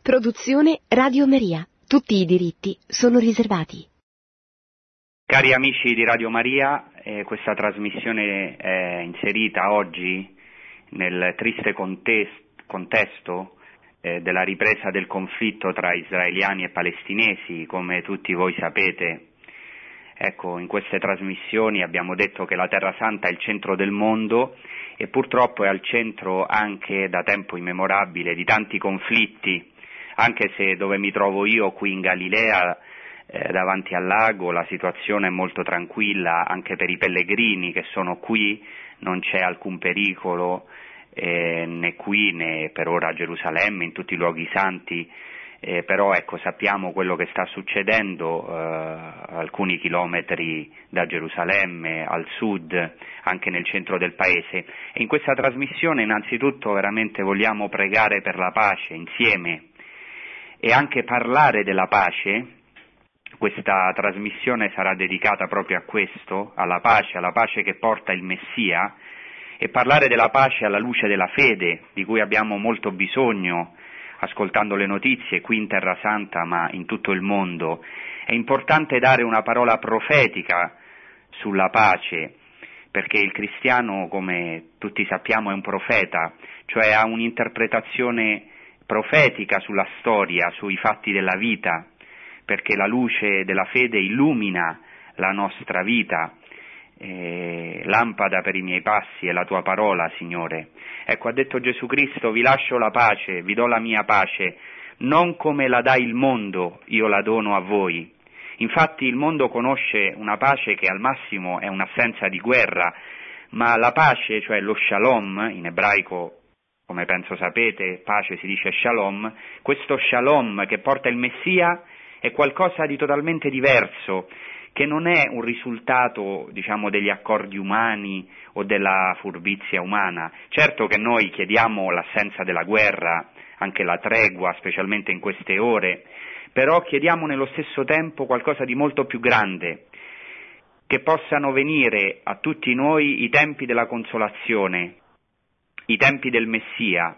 Produzione Radio Maria. Tutti i diritti sono riservati. Cari amici di Radio Maria, questa trasmissione è inserita oggi nel triste contesto della ripresa del conflitto tra israeliani e palestinesi. Come tutti voi sapete, in queste trasmissioni abbiamo detto che la Terra Santa è il centro del mondo e purtroppo è al centro anche da tempo immemorabile di tanti conflitti, anche se dove mi trovo io qui in Galilea, davanti al lago, la situazione è molto tranquilla anche per i pellegrini che sono qui, non c'è alcun pericolo né qui né per ora a Gerusalemme, in tutti i luoghi santi, però sappiamo quello che sta succedendo alcuni chilometri da Gerusalemme, al sud, anche nel centro del paese. E in questa trasmissione innanzitutto veramente vogliamo pregare per la pace insieme e anche parlare della pace. Questa trasmissione sarà dedicata proprio a questo, alla pace che porta il Messia, e parlare della pace alla luce della fede, di cui abbiamo molto bisogno, ascoltando le notizie qui in Terra Santa, ma in tutto il mondo. È importante dare una parola profetica sulla pace, perché il cristiano, come tutti sappiamo, è un profeta, cioè ha un'interpretazione profetica sulla storia, sui fatti della vita, perché la luce della fede illumina la nostra vita. Lampada per i miei passi è la tua parola, Signore. Ha detto Gesù Cristo: vi lascio la pace, vi do la mia pace, non come la dà il mondo, io la dono a voi. Infatti il mondo conosce una pace che al massimo è un'assenza di guerra, ma la pace, cioè lo shalom, in ebraico, come penso sapete, pace si dice shalom, questo shalom che porta il Messia è qualcosa di totalmente diverso, che non è un risultato, degli accordi umani o della furbizia umana. Certo che noi chiediamo l'assenza della guerra, anche la tregua, specialmente in queste ore, però chiediamo nello stesso tempo qualcosa di molto più grande, che possano venire a tutti noi i tempi della consolazione, i tempi del Messia,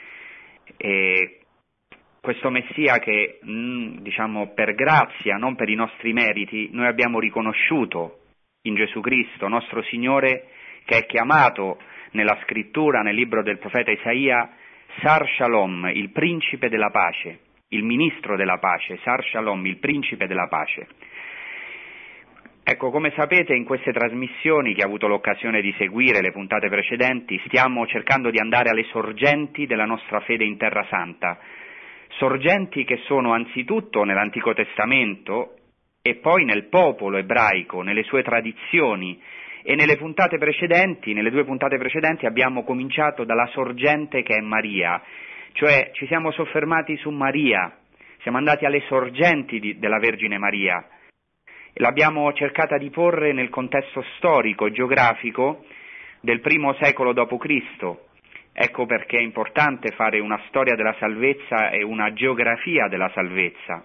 e questo Messia che, per grazia, non per i nostri meriti, noi abbiamo riconosciuto in Gesù Cristo, nostro Signore, che è chiamato nella scrittura, nel libro del profeta Isaia, Sar Shalom, il principe della pace, il ministro della pace, Sar Shalom, il principe della pace. Come sapete, in queste trasmissioni, che ho avuto l'occasione di seguire le puntate precedenti, stiamo cercando di andare alle sorgenti della nostra fede in Terra Santa, sorgenti che sono anzitutto nell'Antico Testamento e poi nel popolo ebraico, nelle sue tradizioni, e nelle due puntate precedenti abbiamo cominciato dalla sorgente che è Maria, cioè ci siamo soffermati su Maria, siamo andati alle sorgenti della Vergine Maria. L'abbiamo cercata di porre nel contesto storico e geografico del I secolo d.C. Ecco perché è importante fare una storia della salvezza e una geografia della salvezza.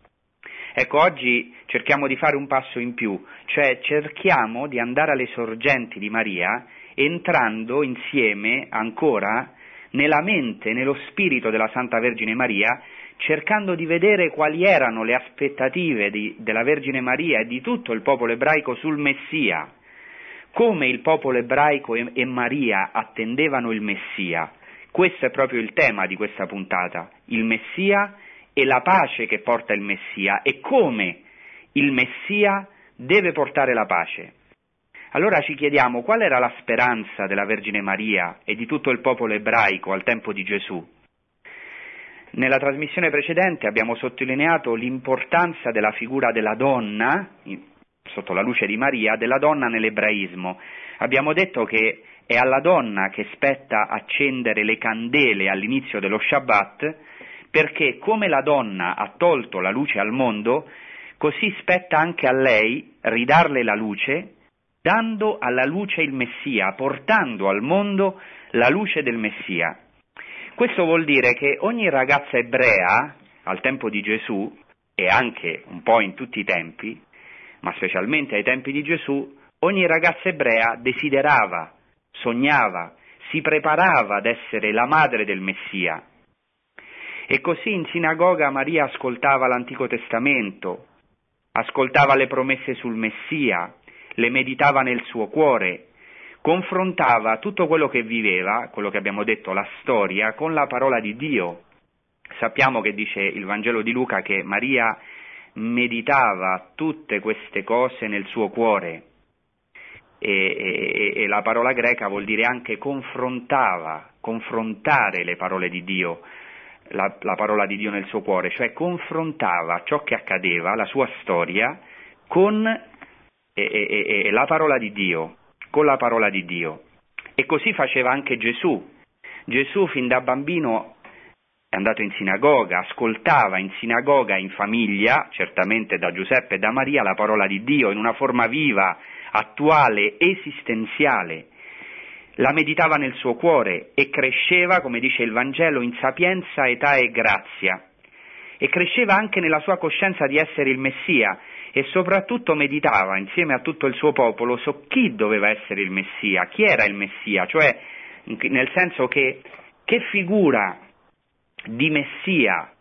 Oggi cerchiamo di fare un passo in più, cioè cerchiamo di andare alle sorgenti di Maria, entrando insieme ancora nella mente, nello spirito della Santa Vergine Maria, cercando di vedere quali erano le aspettative della Vergine Maria e di tutto il popolo ebraico sul Messia, come il popolo ebraico e Maria attendevano il Messia. Questo è proprio il tema di questa puntata, il Messia e la pace che porta il Messia e come il Messia deve portare la pace. Allora ci chiediamo qual era la speranza della Vergine Maria e di tutto il popolo ebraico al tempo di Gesù. Nella trasmissione precedente abbiamo sottolineato l'importanza della figura della donna, sotto la luce di Maria, della donna nell'ebraismo. Abbiamo detto che è alla donna che spetta accendere le candele all'inizio dello Shabbat, perché come la donna ha tolto la luce al mondo, così spetta anche a lei ridarle la luce, dando alla luce il Messia, portando al mondo la luce del Messia. Questo vuol dire che ogni ragazza ebrea, al tempo di Gesù, e anche un po' in tutti i tempi, ma specialmente ai tempi di Gesù, ogni ragazza ebrea desiderava, sognava, si preparava ad essere la madre del Messia. E così in sinagoga Maria ascoltava l'Antico Testamento, ascoltava le promesse sul Messia, le meditava nel suo cuore, confrontava tutto quello che viveva, quello che abbiamo detto, la storia, con la parola di Dio. Sappiamo che dice il Vangelo di Luca che Maria meditava tutte queste cose nel suo cuore e la parola greca vuol dire anche confrontare le parole di Dio, la parola di Dio nel suo cuore, cioè confrontava ciò che accadeva, la sua storia, con la parola di Dio, con la parola di Dio. E così faceva anche Gesù. Gesù fin da bambino è andato in sinagoga, ascoltava in sinagoga, in famiglia, certamente da Giuseppe e da Maria, la parola di Dio in una forma viva, attuale, esistenziale. La meditava nel suo cuore e cresceva, come dice il Vangelo, in sapienza, età e grazia. E cresceva anche nella sua coscienza di essere il Messia e soprattutto meditava insieme a tutto il suo popolo su chi doveva essere il Messia, chi era il Messia, cioè nel senso che figura di Messia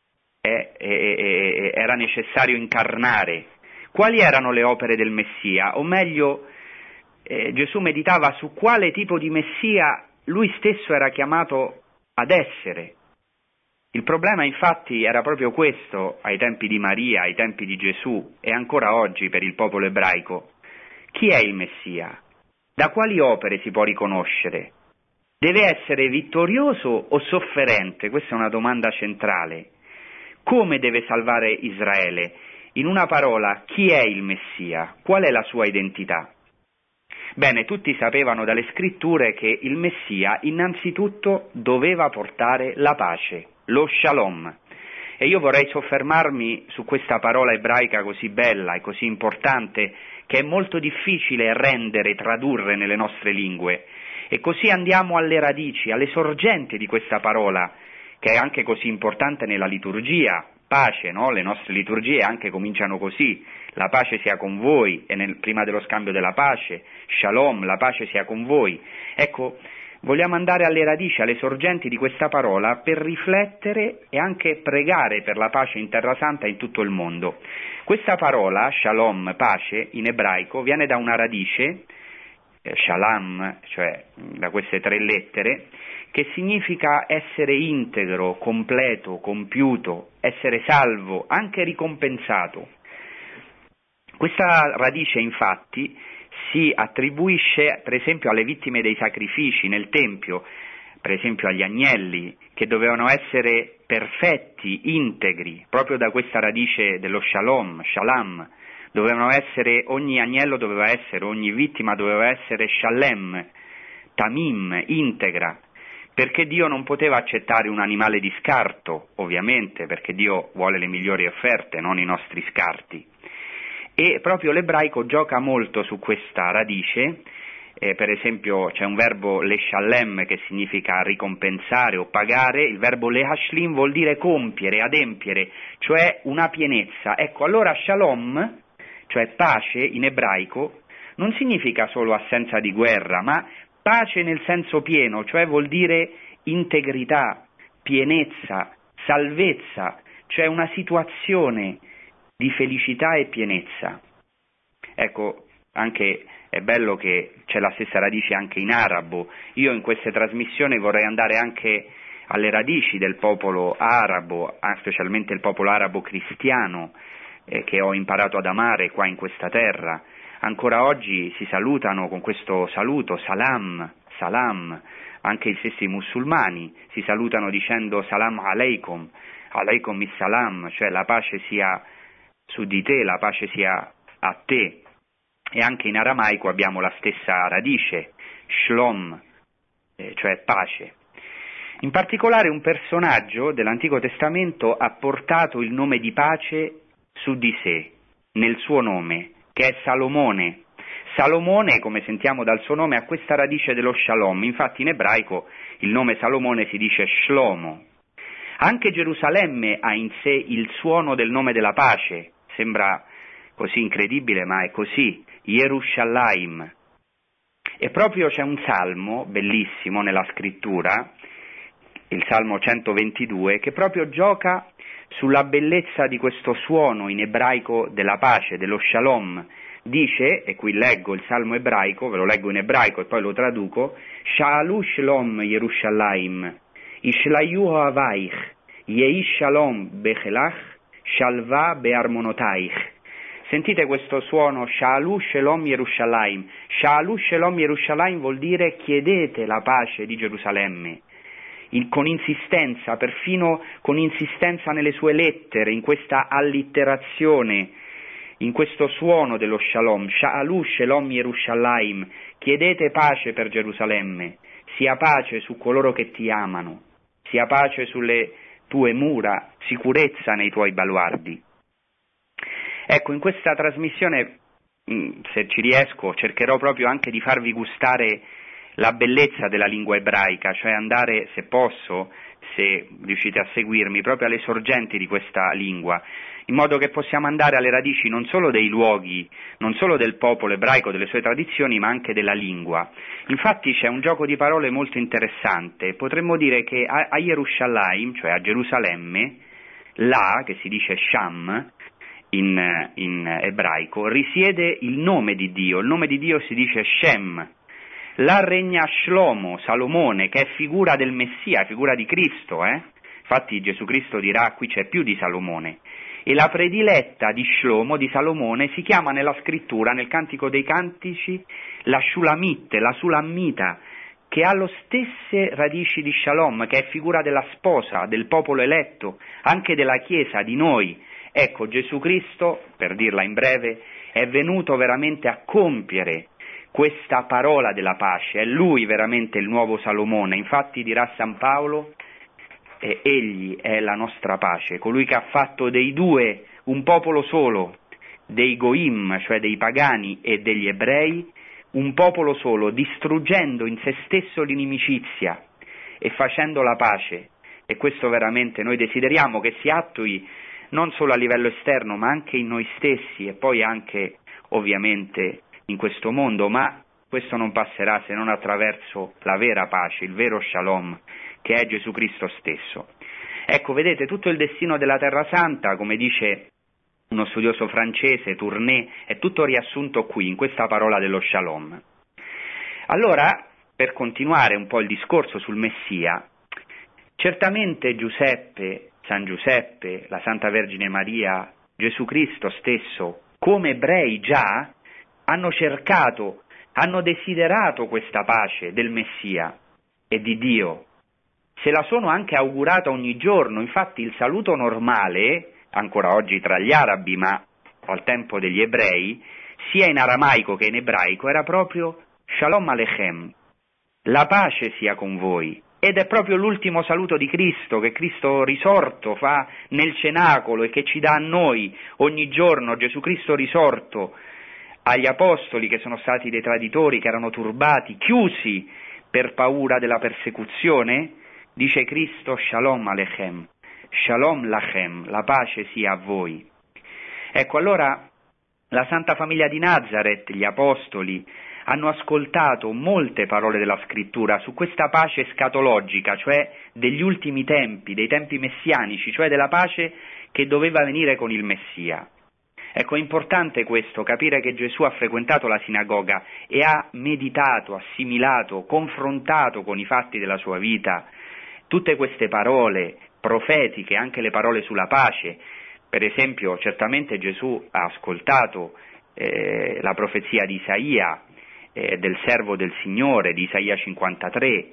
era necessario incarnare, quali erano le opere del Messia, o meglio Gesù meditava su quale tipo di Messia lui stesso era chiamato ad essere. Il problema infatti era proprio questo ai tempi di Maria, ai tempi di Gesù e ancora oggi per il popolo ebraico. Chi è il Messia? Da quali opere si può riconoscere? Deve essere vittorioso o sofferente? Questa è una domanda centrale. Come deve salvare Israele? In una parola, chi è il Messia? Qual è la sua identità? Bene, tutti sapevano dalle scritture che il Messia innanzitutto doveva portare la pace, lo shalom. E io vorrei soffermarmi su questa parola ebraica così bella e così importante che è molto difficile rendere, tradurre nelle nostre lingue. E così andiamo alle radici, alle sorgenti di questa parola, che è anche così importante nella liturgia, pace, no? Le nostre liturgie anche cominciano così, la pace sia con voi, e prima dello scambio della pace, shalom, la pace sia con voi. Ecco, vogliamo andare alle radici, alle sorgenti di questa parola per riflettere e anche pregare per la pace in Terra Santa e in tutto il mondo. Questa parola, shalom, pace, in ebraico, viene da una radice, shalom, cioè da queste 3 lettere, che significa essere integro, completo, compiuto, essere salvo, anche ricompensato. Questa radice infatti si attribuisce per esempio alle vittime dei sacrifici nel Tempio, per esempio agli agnelli, che dovevano essere perfetti, integri, proprio da questa radice dello shalom, ogni agnello doveva essere, ogni vittima doveva essere shalem, tamim, integra, perché Dio non poteva accettare un animale di scarto, ovviamente, perché Dio vuole le migliori offerte, non i nostri scarti. E proprio l'ebraico gioca molto su questa radice, per esempio c'è un verbo leshalem che significa ricompensare o pagare, il verbo lehashlim vuol dire compiere, adempiere, cioè una pienezza. Ecco, allora shalom, cioè pace in ebraico, non significa solo assenza di guerra, ma pace nel senso pieno, cioè vuol dire integrità, pienezza, salvezza, cioè una situazione di felicità e pienezza. Ecco, anche è bello che c'è la stessa radice anche in arabo. Io in queste trasmissioni vorrei andare anche alle radici del popolo arabo, specialmente il popolo arabo cristiano, che ho imparato ad amare qua in questa terra. Ancora oggi si salutano con questo saluto, salam, salam, anche gli stessi musulmani si salutano dicendo salam aleikum, aleikum is salam, cioè la pace sia su di te, la pace sia a te. E anche in aramaico abbiamo la stessa radice, shlom, cioè pace. In particolare un personaggio dell'Antico Testamento ha portato il nome di pace su di sé, nel suo nome, che è Salomone. Salomone, come sentiamo dal suo nome, ha questa radice dello shalom, infatti in ebraico il nome Salomone si dice Shlomo. Anche Gerusalemme ha in sé il suono del nome della pace, sembra così incredibile ma è così, Yerushalayim. E proprio c'è un salmo bellissimo nella scrittura il Salmo 122, che proprio gioca sulla bellezza di questo suono in ebraico della pace, dello shalom. Dice, e qui leggo il Salmo ebraico, ve lo leggo in ebraico e poi lo traduco: Sha'alu shalom Yerushalayim, Ishlayu ha'avaich, Yei shalom bechelach, Shalva be'armonotaich. Sentite questo suono, Sha'alu shalom Yerushalayim. Sha'alu shalom Yerushalayim vuol dire chiedete la pace di Gerusalemme. Con insistenza, perfino con insistenza nelle sue lettere, in questa allitterazione, in questo suono dello shalom, Sha'alu shalom Yerushalayim, chiedete pace per Gerusalemme, sia pace su coloro che ti amano, sia pace sulle tue mura, sicurezza nei tuoi baluardi. Ecco, in questa trasmissione, se ci riesco, cercherò proprio anche di farvi gustare la bellezza della lingua ebraica, cioè andare, se posso, se riuscite a seguirmi, proprio alle sorgenti di questa lingua, in modo che possiamo andare alle radici non solo dei luoghi, non solo del popolo ebraico, delle sue tradizioni, ma anche della lingua. Infatti c'è un gioco di parole molto interessante. Potremmo dire che a Yerushalayim, cioè a Gerusalemme, là, che si dice Sham in ebraico, risiede il nome di Dio. Il nome di Dio si dice Shem. Là regna Shlomo, Salomone, che è figura del Messia, figura di Cristo, Infatti Gesù Cristo dirà: qui c'è più di Salomone. E la prediletta di Shlomo, di Salomone, si chiama nella scrittura, nel Cantico dei Cantici, la Shulamite, la Sulammita, che ha le stesse radici di Shalom, che è figura della sposa, del popolo eletto, anche della Chiesa, di noi. Ecco, Gesù Cristo, per dirla in breve, è venuto veramente a compiere questa parola della pace. È Lui veramente il nuovo Salomone. Infatti dirà San Paolo: Egli è la nostra pace, colui che ha fatto dei due un popolo solo, dei Goim, cioè dei pagani, e degli ebrei, un popolo solo, distruggendo in se stesso l'inimicizia e facendo la pace. E questo veramente noi desideriamo che si attui non solo a livello esterno, ma anche in noi stessi e poi anche ovviamente in questo mondo, ma questo non passerà se non attraverso la vera pace, il vero shalom, che è Gesù Cristo stesso. Ecco, vedete, tutto il destino della Terra Santa, come dice uno studioso francese, Tourné, è tutto riassunto qui, in questa parola dello shalom. Allora, per continuare un po' il discorso sul Messia, certamente Giuseppe, San Giuseppe, la Santa Vergine Maria, Gesù Cristo stesso, come ebrei già, hanno cercato, hanno desiderato questa pace del Messia e di Dio. Se la sono anche augurata ogni giorno. Infatti il saluto normale, ancora oggi tra gli arabi, ma al tempo degli ebrei, sia in aramaico che in ebraico, era proprio Shalom Alechem, la pace sia con voi. Ed è proprio l'ultimo saluto di Cristo, che Cristo risorto fa nel cenacolo e che ci dà a noi ogni giorno, Gesù Cristo risorto, agli apostoli che sono stati dei traditori, che erano turbati, chiusi per paura della persecuzione. Dice Cristo: Shalom Alechem, Shalom Lachem, la pace sia a voi. Ecco, allora la Santa Famiglia di Nazareth, gli apostoli, hanno ascoltato molte parole della Scrittura su questa pace scatologica, cioè degli ultimi tempi, dei tempi messianici, cioè della pace che doveva venire con il Messia. Ecco, è importante questo, capire che Gesù ha frequentato la sinagoga e ha meditato, assimilato, confrontato con i fatti della sua vita tutte queste parole profetiche, anche le parole sulla pace. Per esempio, certamente Gesù ha ascoltato la profezia di Isaia, del servo del Signore, di Isaia 53,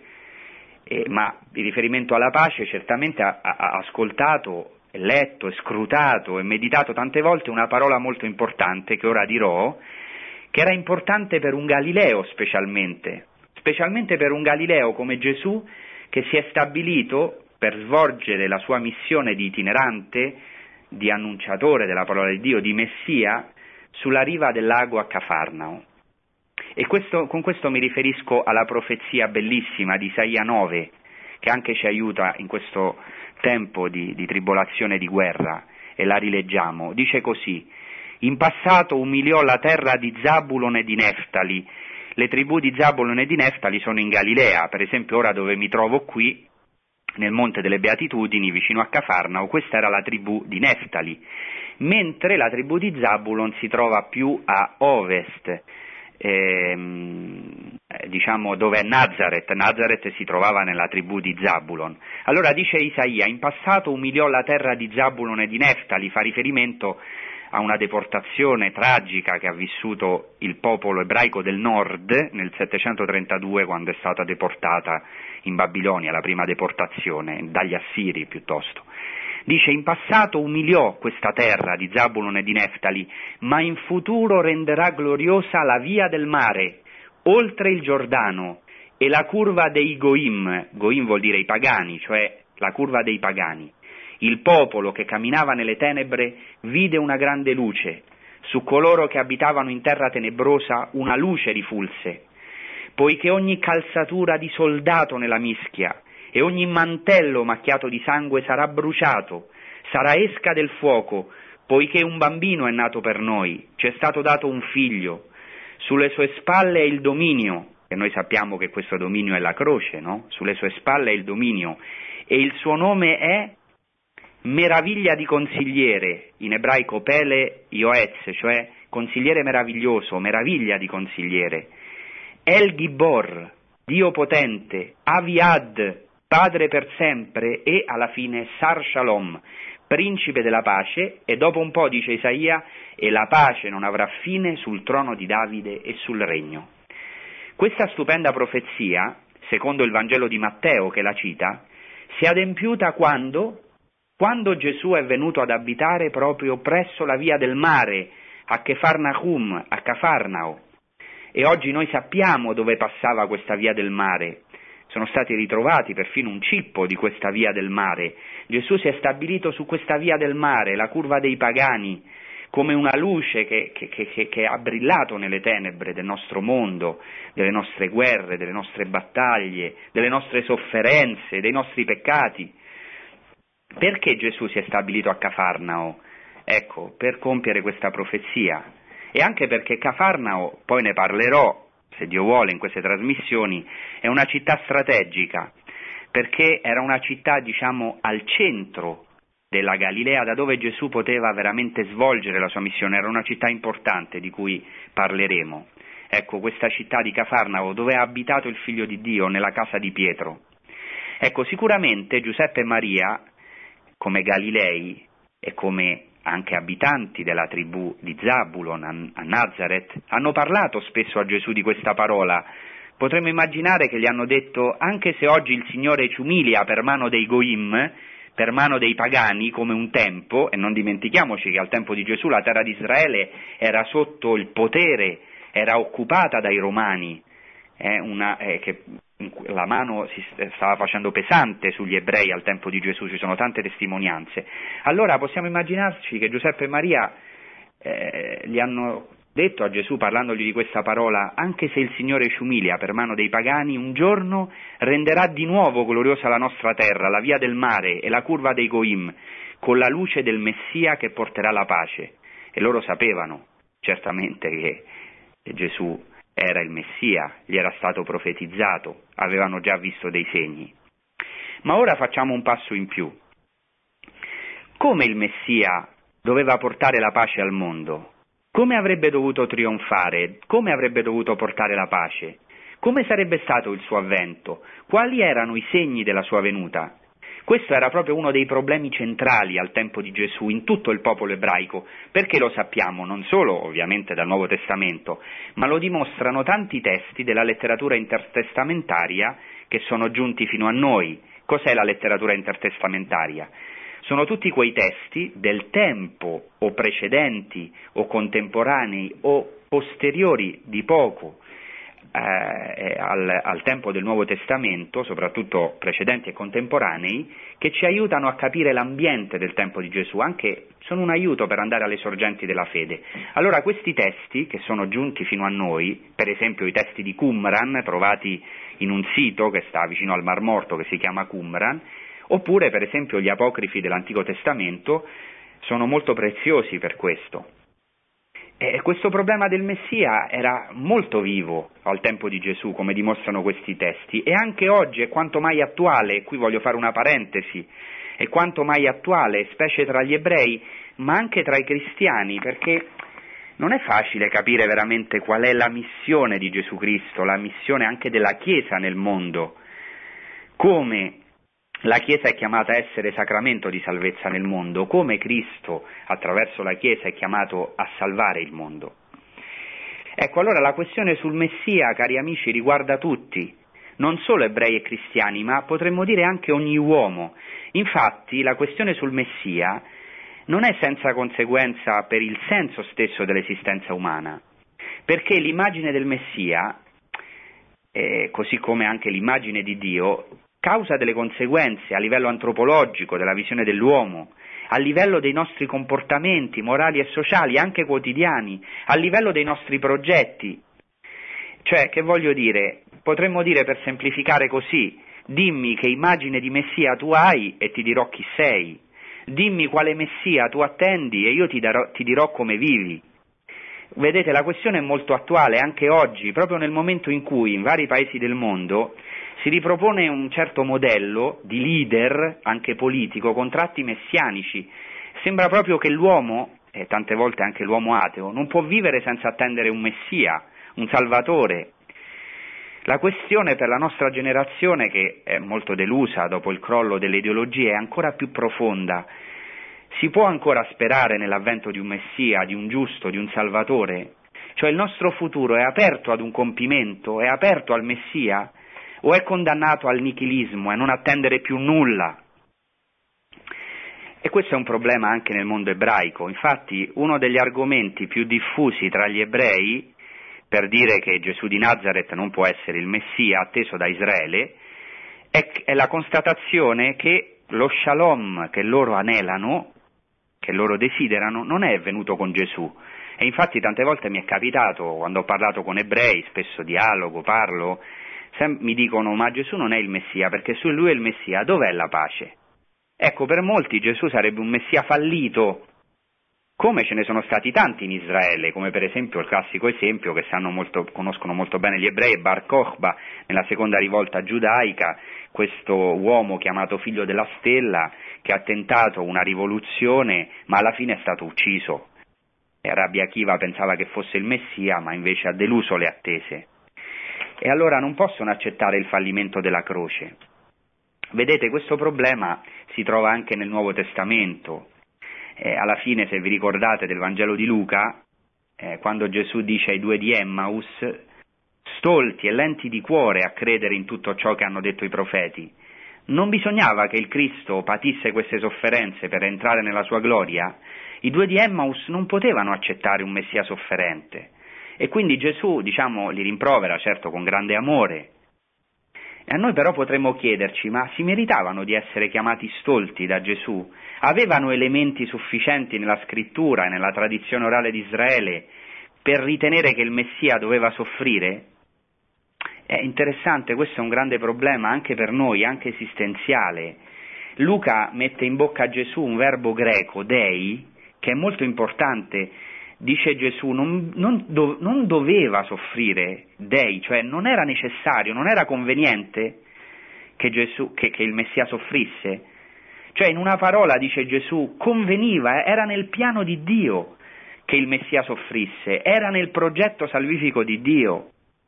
ma in riferimento alla pace certamente ha ascoltato, letto e scrutato e meditato tante volte una parola molto importante che ora dirò, che era importante per un Galileo specialmente per un Galileo come Gesù, che si è stabilito per svolgere la sua missione di itinerante, di annunciatore della parola di Dio, di Messia, sulla riva del lago a Cafarnao. E con questo mi riferisco alla profezia bellissima di Isaia 9, che anche ci aiuta in questo tempo di tribolazione e di guerra, e la rileggiamo. Dice così: in passato umiliò la terra di Zabulon e di Neftali. Le tribù di Zabulon e di Neftali sono in Galilea, per esempio ora dove mi trovo qui, nel Monte delle Beatitudini, vicino a Cafarnao. Questa era la tribù di Neftali, mentre la tribù di Zabulon si trova più a ovest, diciamo dove è Nazaret. Nazaret si trovava nella tribù di Zabulon. Allora dice Isaia: in passato umiliò la terra di Zabulon e di Neftali, fa riferimento a una deportazione tragica che ha vissuto il popolo ebraico del nord nel 732, quando è stata deportata in Babilonia, la prima deportazione, dagli Assiri piuttosto. Dice: in passato umiliò questa terra di Zabulon e di Neftali, ma in futuro renderà gloriosa la via del mare, oltre il Giordano, e la curva dei Goim. Goim vuol dire i pagani, cioè la curva dei pagani. Il popolo che camminava nelle tenebre vide una grande luce, su coloro che abitavano in terra tenebrosa una luce rifulse, poiché ogni calzatura di soldato nella mischia e ogni mantello macchiato di sangue sarà bruciato, sarà esca del fuoco, poiché un bambino è nato per noi, ci è stato dato un figlio, sulle sue spalle è il dominio, e noi sappiamo che questo dominio è la croce, no? Sulle sue spalle è il dominio, e il suo nome è meraviglia di consigliere, in ebraico Pele Yoetz, cioè consigliere meraviglioso, meraviglia di consigliere, El Gibor, Dio potente, Aviad, padre per sempre, e alla fine Sar Shalom, principe della pace. E dopo un po' dice Isaia: e la pace non avrà fine sul trono di Davide e sul regno. Questa stupenda profezia, secondo il Vangelo di Matteo che la cita, si è adempiuta quando Gesù è venuto ad abitare proprio presso la via del mare, a Kefarnahum, a Cafarnao. E oggi noi sappiamo dove passava questa via del mare. Sono stati ritrovati perfino un cippo di questa via del mare. Gesù si è stabilito su questa via del mare, la curva dei pagani, come una luce che ha brillato nelle tenebre del nostro mondo, delle nostre guerre, delle nostre battaglie, delle nostre sofferenze, dei nostri peccati. Perché Gesù si è stabilito a Cafarnao? Ecco, per compiere questa profezia. E anche perché Cafarnao, poi ne parlerò, se Dio vuole, in queste trasmissioni, è una città strategica, perché era una città, diciamo, al centro della Galilea, da dove Gesù poteva veramente svolgere la sua missione. Era una città importante di cui parleremo. Ecco, questa città di Cafarnao, dove ha abitato il Figlio di Dio, nella casa di Pietro. Ecco, sicuramente Giuseppe e Maria, come Galilei e come anche abitanti della tribù di Zabulon a Nazaret, hanno parlato spesso a Gesù di questa parola. Potremmo immaginare che gli hanno detto: anche se oggi il Signore ci umilia per mano dei Goim, per mano dei pagani, come un tempo, e non dimentichiamoci che al tempo di Gesù la terra di Israele era sotto il potere, era occupata dai Romani, che la mano si stava facendo pesante sugli ebrei al tempo di Gesù, ci sono tante testimonianze. Allora possiamo immaginarci che Giuseppe e Maria gli hanno detto a Gesù, parlandogli di questa parola: anche se il Signore ci umilia per mano dei pagani, un giorno renderà di nuovo gloriosa la nostra terra, la via del mare e la curva dei Goim, con la luce del Messia che porterà la pace. E loro sapevano certamente che Gesù era il Messia, gli era stato profetizzato, avevano già visto dei segni. Ma ora facciamo un passo in più. Come il Messia doveva portare la pace al mondo? Come avrebbe dovuto trionfare? Come avrebbe dovuto portare la pace? Come sarebbe stato il suo avvento? Quali erano i segni della sua venuta? Questo era proprio uno dei problemi centrali al tempo di Gesù in tutto il popolo ebraico, perché lo sappiamo non solo ovviamente dal Nuovo Testamento, ma lo dimostrano tanti testi della letteratura intertestamentaria che sono giunti fino a noi. Cos'è la letteratura intertestamentaria? Sono tutti quei testi del tempo o precedenti o contemporanei o posteriori di poco al tempo del Nuovo Testamento, soprattutto precedenti e contemporanei, che ci aiutano a capire l'ambiente del tempo di Gesù, anche sono un aiuto per andare alle sorgenti della fede. Allora questi testi che sono giunti fino a noi, per esempio i testi di Qumran, trovati in un sito che sta vicino al Mar Morto che si chiama Qumran, oppure per esempio gli apocrifi dell'Antico Testamento, sono molto preziosi per questo. E questo problema del Messia era molto vivo al tempo di Gesù, come dimostrano questi testi, e anche oggi è quanto mai attuale, e qui voglio fare una parentesi, è quanto mai attuale, specie tra gli ebrei, ma anche tra i cristiani, perché non è facile capire veramente qual è la missione di Gesù Cristo, la missione anche della Chiesa nel mondo, come la Chiesa è chiamata a essere sacramento di salvezza nel mondo, come Cristo attraverso la Chiesa è chiamato a salvare il mondo. Ecco, allora la questione sul Messia, cari amici, riguarda tutti, non solo ebrei e cristiani, ma potremmo dire anche ogni uomo. Infatti la questione sul Messia non è senza conseguenza per il senso stesso dell'esistenza umana, perché l'immagine del Messia, così come anche l'immagine di Dio, causa delle conseguenze a livello antropologico, della visione dell'uomo, a livello dei nostri comportamenti morali e sociali, anche quotidiani, a livello dei nostri progetti. Cioè, che voglio dire, potremmo dire per semplificare così: dimmi che immagine di Messia tu hai e ti dirò chi sei. Dimmi quale Messia tu attendi e io ti dirò come vivi. Vedete, la questione è molto attuale anche oggi, proprio nel momento in cui in vari paesi del mondo si ripropone un certo modello di leader, anche politico, con tratti messianici. Sembra proprio che l'uomo, e tante volte anche l'uomo ateo, non può vivere senza attendere un Messia, un Salvatore. La questione per la nostra generazione, che è molto delusa dopo il crollo delle ideologie, è ancora più profonda. Si può ancora sperare nell'avvento di un Messia, di un giusto, di un Salvatore? Cioè il nostro futuro è aperto ad un compimento, è aperto al Messia, o è condannato al nichilismo e a non attendere più nulla? E questo è un problema anche nel mondo ebraico. Infatti uno degli argomenti più diffusi tra gli ebrei per dire che Gesù di Nazaret non può essere il Messia atteso da Israele è la constatazione che lo shalom che loro anelano, che loro desiderano, non è venuto con Gesù. E infatti tante volte mi è capitato, quando ho parlato con ebrei, spesso dialogo, parlo, mi dicono: ma Gesù non è il Messia, perché se lui è il Messia, dov'è la pace? Ecco, per molti Gesù sarebbe un Messia fallito, come ce ne sono stati tanti in Israele, come per esempio il classico esempio che conoscono molto bene gli ebrei, Bar Kokhba, nella seconda rivolta giudaica, questo uomo chiamato figlio della stella, che ha tentato una rivoluzione, ma alla fine è stato ucciso. E Rabbi Akiva pensava che fosse il Messia, ma invece ha deluso le attese. E allora non possono accettare il fallimento della croce. Vedete, questo problema si trova anche nel Nuovo Testamento. Alla fine, se vi ricordate del Vangelo di Luca, quando Gesù dice ai due di Emmaus: stolti e lenti di cuore a credere in tutto ciò che hanno detto i profeti, non bisognava che il Cristo patisse queste sofferenze per entrare nella sua gloria? I due di Emmaus non potevano accettare un Messia sofferente, e quindi Gesù, li rimprovera, certo con grande amore. E a noi però potremmo chiederci: ma si meritavano di essere chiamati stolti da Gesù? Avevano elementi sufficienti nella scrittura e nella tradizione orale di Israele per ritenere che il Messia doveva soffrire? È interessante, questo è un grande problema anche per noi, anche esistenziale. Luca mette in bocca a Gesù un verbo greco, dei, che è molto importante. Dice Gesù, non doveva soffrire, dei, cioè non era necessario, non era conveniente che il Messia soffrisse. Cioè, in una parola, dice Gesù, conveniva, era nel piano di Dio che il Messia soffrisse, era nel progetto salvifico di Dio.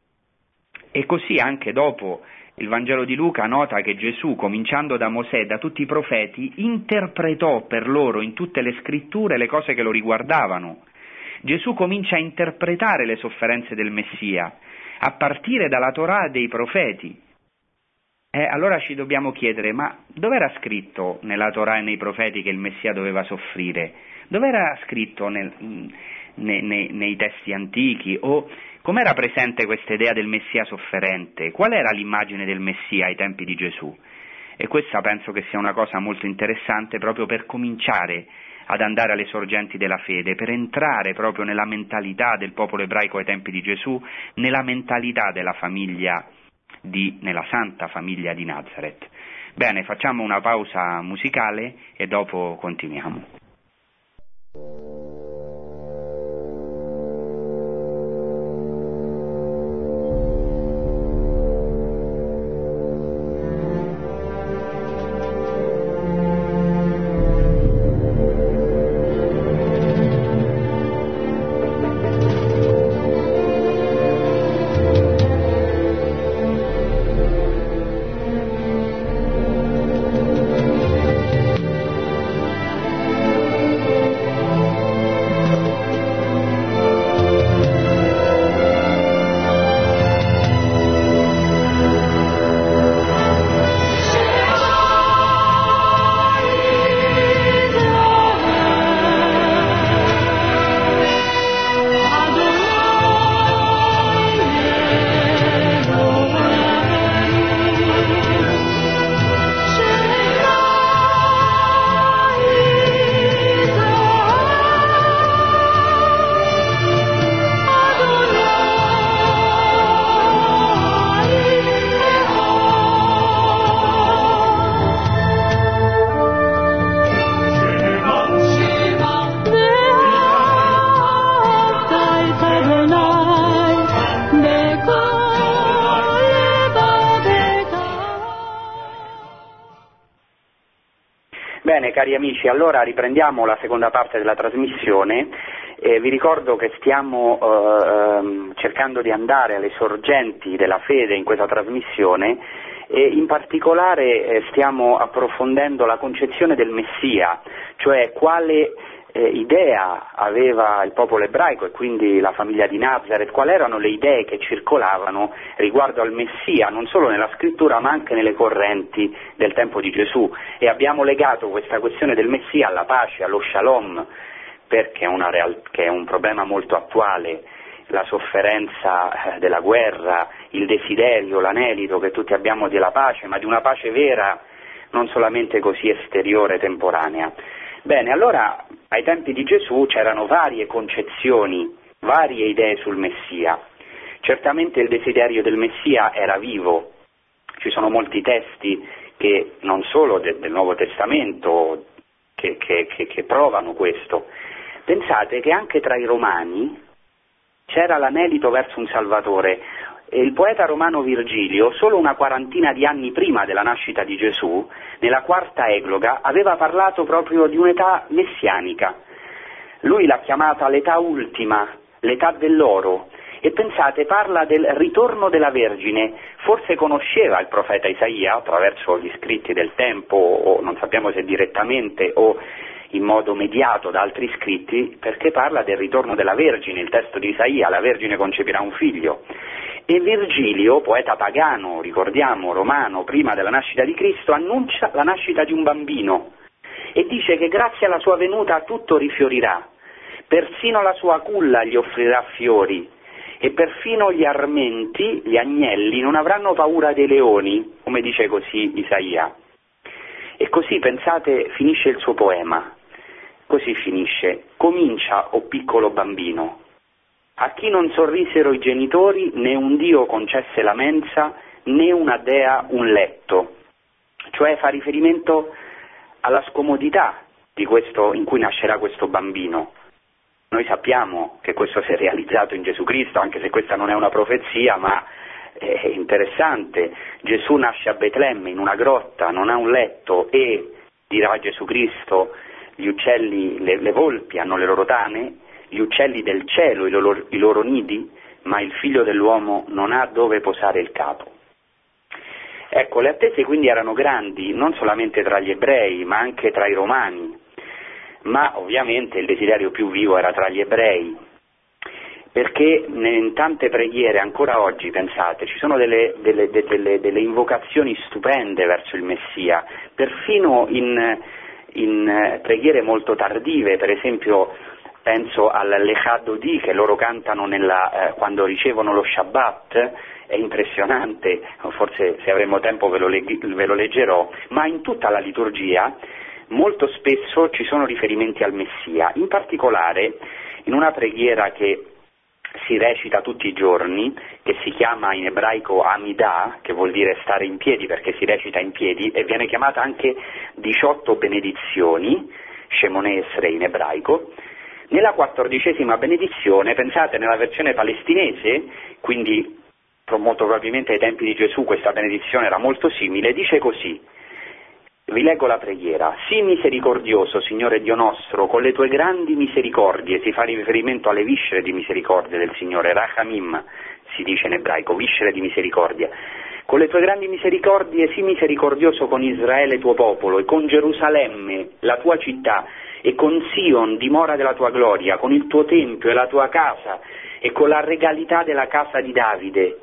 E così anche dopo il Vangelo di Luca nota che Gesù, cominciando da Mosè e da tutti i profeti, interpretò per loro in tutte le scritture le cose che lo riguardavano. Gesù comincia a interpretare le sofferenze del Messia, a partire dalla Torah e dei profeti. Allora ci dobbiamo chiedere: ma dov'era scritto nella Torah e nei profeti che il Messia doveva soffrire? Dov'era scritto nei testi antichi? O com'era presente questa idea del Messia sofferente? Qual era l'immagine del Messia ai tempi di Gesù? E questa penso che sia una cosa molto interessante proprio per cominciare ad andare alle sorgenti della fede, per entrare proprio nella mentalità del popolo ebraico ai tempi di Gesù, nella mentalità della famiglia nella santa famiglia di Nazaret. Bene, facciamo una pausa musicale e dopo continuiamo. cari amici, allora riprendiamo la seconda parte della trasmissione. Vi ricordo che stiamo cercando di andare alle sorgenti della fede in questa trasmissione e in particolare stiamo approfondendo la concezione del Messia, cioè quale idea aveva il popolo ebraico e quindi la famiglia di Nazareth, quali erano le idee che circolavano riguardo al Messia, non solo nella scrittura ma anche nelle correnti del tempo di Gesù, e abbiamo legato questa questione del Messia alla pace, allo shalom, perché è un problema molto attuale, la sofferenza della guerra, il desiderio, l'anelito che tutti abbiamo della pace, ma di una pace vera, non solamente così esteriore, temporanea. Bene, allora ai tempi di Gesù c'erano varie concezioni, varie idee sul Messia. Certamente il desiderio del Messia era vivo, ci sono molti testi che non solo del Nuovo Testamento che provano questo. Pensate che anche tra i Romani c'era l'anelito verso un Salvatore. E il poeta romano Virgilio, solo una quarantina di anni prima della nascita di Gesù, nella quarta egloga, aveva parlato proprio di un'età messianica. Lui l'ha chiamata l'età ultima, l'età dell'oro, e pensate, parla del ritorno della Vergine. Forse conosceva il profeta Isaia attraverso gli scritti del tempo, o non sappiamo se direttamente o in modo mediato da altri scritti, perché parla del ritorno della Vergine, il testo di Isaia, la Vergine concepirà un figlio. E Virgilio, poeta pagano, ricordiamo, romano, prima della nascita di Cristo, annuncia la nascita di un bambino e dice che grazie alla sua venuta tutto rifiorirà, persino la sua culla gli offrirà fiori e perfino gli armenti, gli agnelli, non avranno paura dei leoni, come dice così Isaia. E così, pensate, finisce il suo poema, così finisce: comincia, o piccolo bambino. A chi non sorrisero i genitori, né un Dio concesse la mensa, né una dea un letto. Cioè fa riferimento alla scomodità di questo, in cui nascerà questo bambino. Noi sappiamo che questo si è realizzato in Gesù Cristo, anche se questa non è una profezia, ma è interessante. Gesù nasce a Betlemme in una grotta, non ha un letto e, dirà Gesù Cristo, gli uccelli, le volpi hanno le loro tane, gli uccelli del cielo i loro nidi, ma il figlio dell'uomo non ha dove posare il capo. Ecco, le attese quindi erano grandi, non solamente tra gli ebrei, ma anche tra i romani, ma ovviamente il desiderio più vivo era tra gli ebrei, perché in tante preghiere, ancora oggi, pensate, ci sono delle invocazioni stupende verso il Messia, perfino in preghiere molto tardive, per esempio penso all'Echadodi che loro cantano quando ricevono lo Shabbat, è impressionante, forse se avremo tempo ve lo leggerò, ma in tutta la liturgia molto spesso ci sono riferimenti al Messia, in particolare in una preghiera che si recita tutti i giorni, che si chiama in ebraico Amidah, che vuol dire stare in piedi perché si recita in piedi, e viene chiamata anche 18 benedizioni, Shemone Esrei in ebraico. Nella 14ª benedizione, pensate, nella versione palestinese, quindi molto probabilmente ai tempi di Gesù questa benedizione era molto simile, dice così: vi leggo la preghiera: sii misericordioso, Signore Dio nostro, con le tue grandi misericordie. Si fa riferimento alle viscere di misericordia del Signore, Rachamim si dice in ebraico, viscere di misericordia. Con le tue grandi misericordie sii misericordioso con Israele tuo popolo e con Gerusalemme la tua città e con Sion dimora della tua gloria, con il tuo tempio e la tua casa e con la regalità della casa di Davide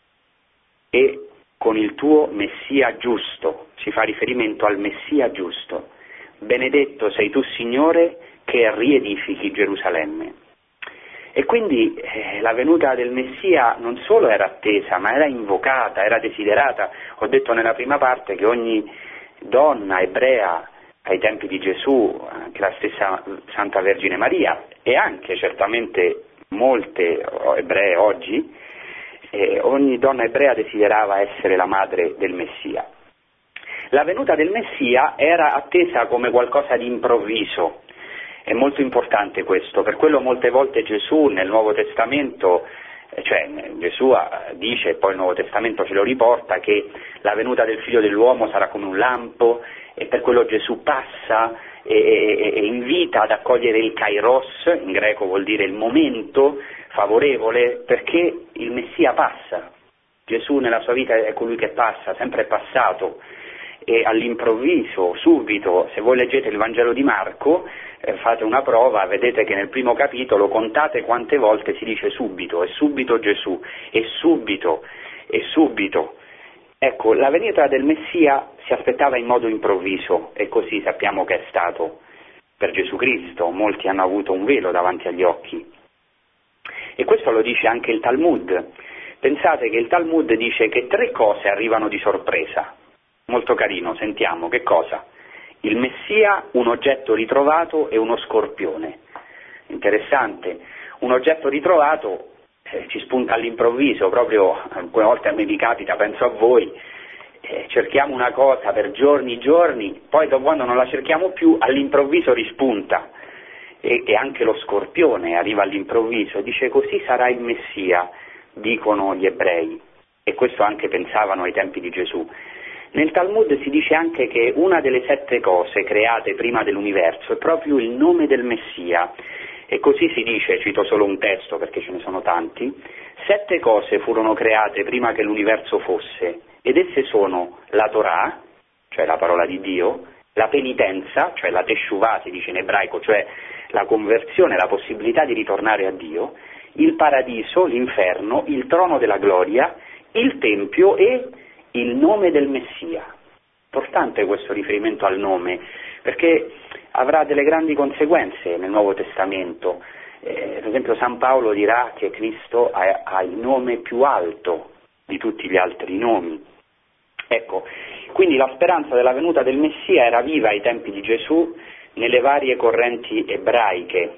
e con il tuo Messia giusto. Si fa riferimento al Messia giusto. Benedetto sei tu, Signore, che riedifichi Gerusalemme. E quindi la venuta del Messia non solo era attesa, ma era invocata, era desiderata. Ho detto nella prima parte che ogni donna ebrea ai tempi di Gesù, anche la stessa Santa Vergine Maria, e anche certamente molte ebree oggi, ogni donna ebrea desiderava essere la madre del Messia. La venuta del Messia era attesa come qualcosa di improvviso. È molto importante questo, per quello molte volte Gesù nel Nuovo Testamento Cioè Gesù dice, e poi il Nuovo Testamento ce lo riporta, che la venuta del Figlio dell'uomo sarà come un lampo, e per quello Gesù passa e invita ad accogliere il kairos, in greco vuol dire il momento favorevole, perché il Messia passa. Gesù nella sua vita è colui che passa, sempre è passato, e all'improvviso, subito, se voi leggete il Vangelo di Marco, fate una prova, vedete che nel primo capitolo contate quante volte si dice subito, e subito Gesù, e subito, e subito. Ecco, la venuta del Messia si aspettava in modo improvviso, e così sappiamo che è stato per Gesù Cristo. Molti hanno avuto un velo davanti agli occhi. E questo lo dice anche il Talmud. Pensate che il Talmud dice che 3 cose arrivano di sorpresa. Molto carino, sentiamo, che cosa? Il Messia, un oggetto ritrovato e uno scorpione. Interessante. Un oggetto ritrovato ci spunta all'improvviso, proprio alcune volte a me mi capita, penso a voi, cerchiamo una cosa per giorni, poi dopo quando non la cerchiamo più, all'improvviso rispunta. E anche lo scorpione arriva all'improvviso, dice così sarà il Messia, dicono gli ebrei, e questo anche pensavano ai tempi di Gesù. Nel Talmud si dice anche che una delle 7 cose create prima dell'universo è proprio il nome del Messia, e così si dice, cito solo un testo perché ce ne sono tanti, 7 cose furono create prima che l'universo fosse, ed esse sono la Torah, cioè la parola di Dio, la penitenza, cioè la teshuvah si dice in ebraico, cioè la conversione, la possibilità di ritornare a Dio, il paradiso, l'inferno, il trono della gloria, il tempio e il nome del Messia. Importante questo riferimento al nome, perché avrà delle grandi conseguenze nel Nuovo Testamento. Per esempio San Paolo dirà che Cristo ha il nome più alto di tutti gli altri nomi. Ecco, quindi la speranza della venuta del Messia era viva ai tempi di Gesù nelle varie correnti ebraiche.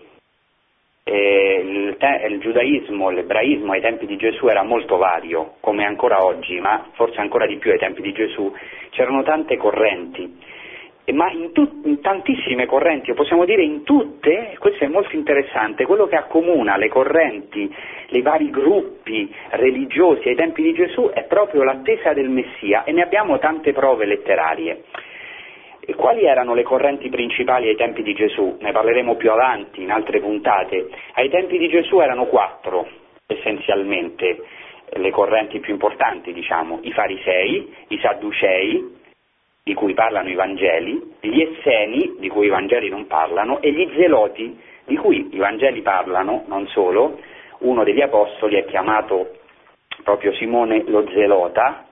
Il giudaismo, l'ebraismo ai tempi di Gesù era molto vario, come ancora oggi, ma forse ancora di più ai tempi di Gesù. C'erano tante correnti, ma in tantissime correnti, o possiamo dire in tutte, questo è molto interessante, quello che accomuna le correnti, i vari gruppi religiosi ai tempi di Gesù è proprio l'attesa del Messia, e ne abbiamo tante prove letterarie. E quali erano le correnti principali ai tempi di Gesù? Ne parleremo più avanti, in altre puntate. Ai tempi di Gesù erano 4, essenzialmente, le correnti più importanti, diciamo: i farisei, i sadducei, di cui parlano i Vangeli, gli esseni, di cui i Vangeli non parlano, e gli zeloti, di cui i Vangeli parlano, non solo. Uno degli apostoli è chiamato proprio Simone lo Zelota,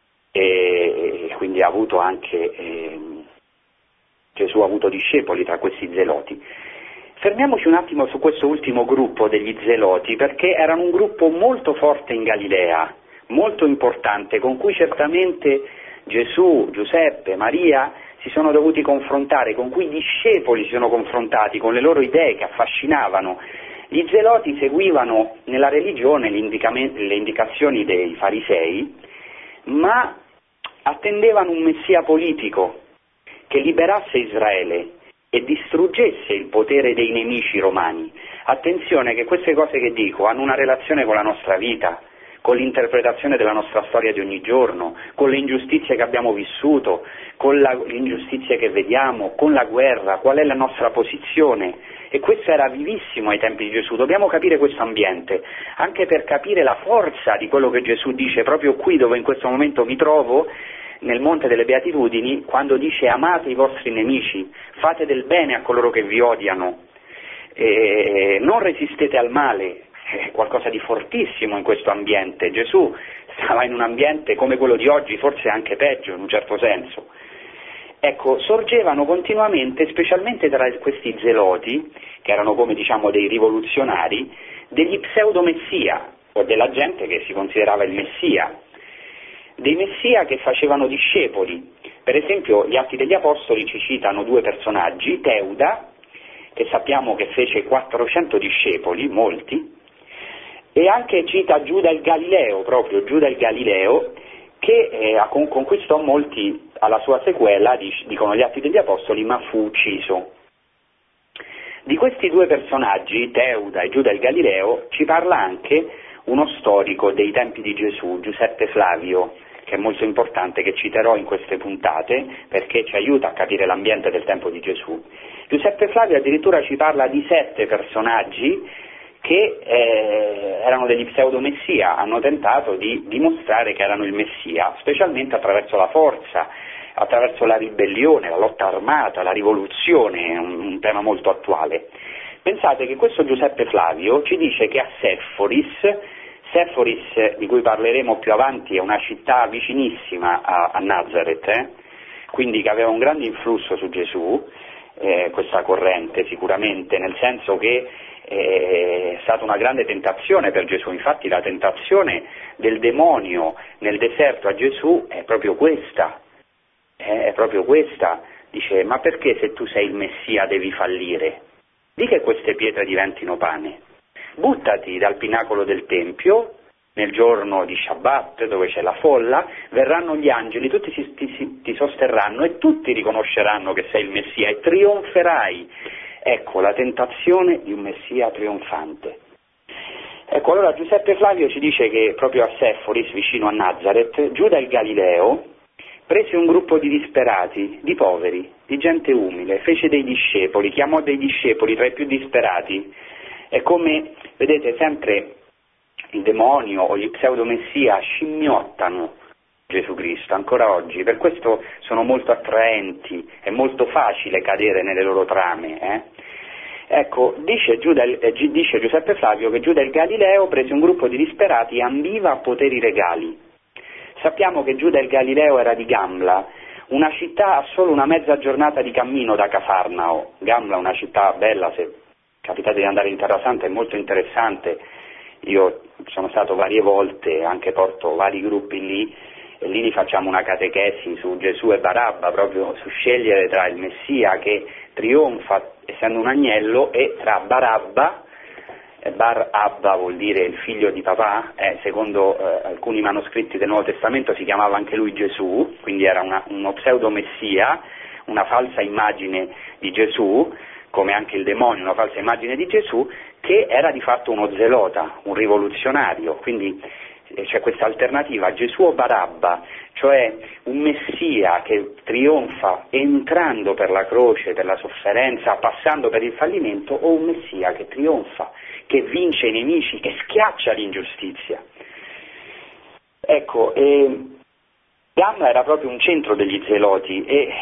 e quindi ha avuto anche... Gesù ha avuto discepoli tra questi zeloti. Fermiamoci un attimo su questo ultimo gruppo degli zeloti, perché erano un gruppo molto forte in Galilea, molto importante, con cui certamente Gesù, Giuseppe, Maria si sono dovuti confrontare, con cui i discepoli si sono confrontati, con le loro idee che affascinavano. Gli zeloti seguivano nella religione le indicazioni dei farisei, ma attendevano un messia politico che liberasse Israele e distruggesse il potere dei nemici romani. Attenzione che queste cose che dico hanno una relazione con la nostra vita, con l'interpretazione della nostra storia di ogni giorno, con le ingiustizie che abbiamo vissuto, con le ingiustizie che vediamo, con la guerra, qual è la nostra posizione. E questo era vivissimo ai tempi di Gesù. Dobbiamo capire questo ambiente, anche per capire la forza di quello che Gesù dice proprio qui dove in questo momento mi trovo, nel Monte delle Beatitudini, quando dice: amate i vostri nemici, fate del bene a coloro che vi odiano, non resistete al male. È qualcosa di fortissimo in questo ambiente. Gesù stava in un ambiente come quello di oggi, forse anche peggio in un certo senso. Ecco, sorgevano continuamente, specialmente tra questi zeloti, che erano come diciamo dei rivoluzionari, degli pseudomessia, o della gente che si considerava il Messia, dei messia che facevano discepoli. Per esempio gli Atti degli Apostoli ci citano 2 personaggi: Teuda, che sappiamo che fece 400 discepoli, molti, e anche cita Giuda il Galileo, proprio Giuda il Galileo, che conquistò molti alla sua sequela, dicono gli Atti degli Apostoli, ma fu ucciso. Di questi 2 personaggi, Teuda e Giuda il Galileo, ci parla anche uno storico dei tempi di Gesù, Giuseppe Flavio, che è molto importante, che citerò in queste puntate perché ci aiuta a capire l'ambiente del tempo di Gesù. Giuseppe Flavio addirittura ci parla di 7 personaggi che erano degli pseudomessia, hanno tentato di dimostrare che erano il Messia, specialmente attraverso la forza, attraverso la ribellione, la lotta armata, la rivoluzione, un tema molto attuale. Pensate che questo Giuseppe Flavio ci dice che a Seforis, di cui parleremo più avanti, è una città vicinissima a Nazareth, quindi che aveva un grande influsso su Gesù, questa corrente sicuramente, nel senso che è stata una grande tentazione per Gesù. Infatti la tentazione del demonio nel deserto a Gesù è proprio questa, dice: ma perché se tu sei il Messia devi fallire? Di che queste pietre diventino pane. Buttati dal pinacolo del Tempio, nel giorno di Shabbat, dove c'è la folla, verranno gli angeli, tutti ti sosterranno e tutti riconosceranno che sei il Messia e trionferai. Ecco la tentazione di un Messia trionfante. Ecco, allora Giuseppe Flavio ci dice che proprio a Seforis, vicino a Nazareth, Giuda il Galileo prese un gruppo di disperati, di poveri, di gente umile, fece dei discepoli, chiamò dei discepoli tra i più disperati. È come, vedete, sempre il demonio o gli pseudomessia scimmiottano Gesù Cristo, ancora oggi, per questo sono molto attraenti, è molto facile cadere nelle loro trame. Ecco, dice Giuseppe Flavio che Giuda il Galileo prese un gruppo di disperati e ambiva a poteri regali. Sappiamo che Giuda il Galileo era di Gamla, una città a solo una mezza giornata di cammino da Cafarnao. Gamla è una città bella, se capitate di andare in Terra Santa è molto interessante. Io sono stato varie volte, anche porto vari gruppi lì, e lì li facciamo una catechesi su Gesù e Barabba, proprio su scegliere tra il Messia che trionfa essendo un agnello e tra Barabba. Bar Abba vuol dire il figlio di papà, secondo alcuni manoscritti del Nuovo Testamento si chiamava anche lui Gesù, quindi era uno pseudo-messia, una falsa immagine di Gesù, come anche il demonio, una falsa immagine di Gesù, che era di fatto uno zelota, un rivoluzionario. Quindi c'è questa alternativa, Gesù o Barabba, cioè un Messia che trionfa entrando per la croce, per la sofferenza, passando per il fallimento, o un Messia che trionfa, che vince i nemici, che schiaccia l'ingiustizia. Ecco, Gamla era proprio un centro degli zeloti e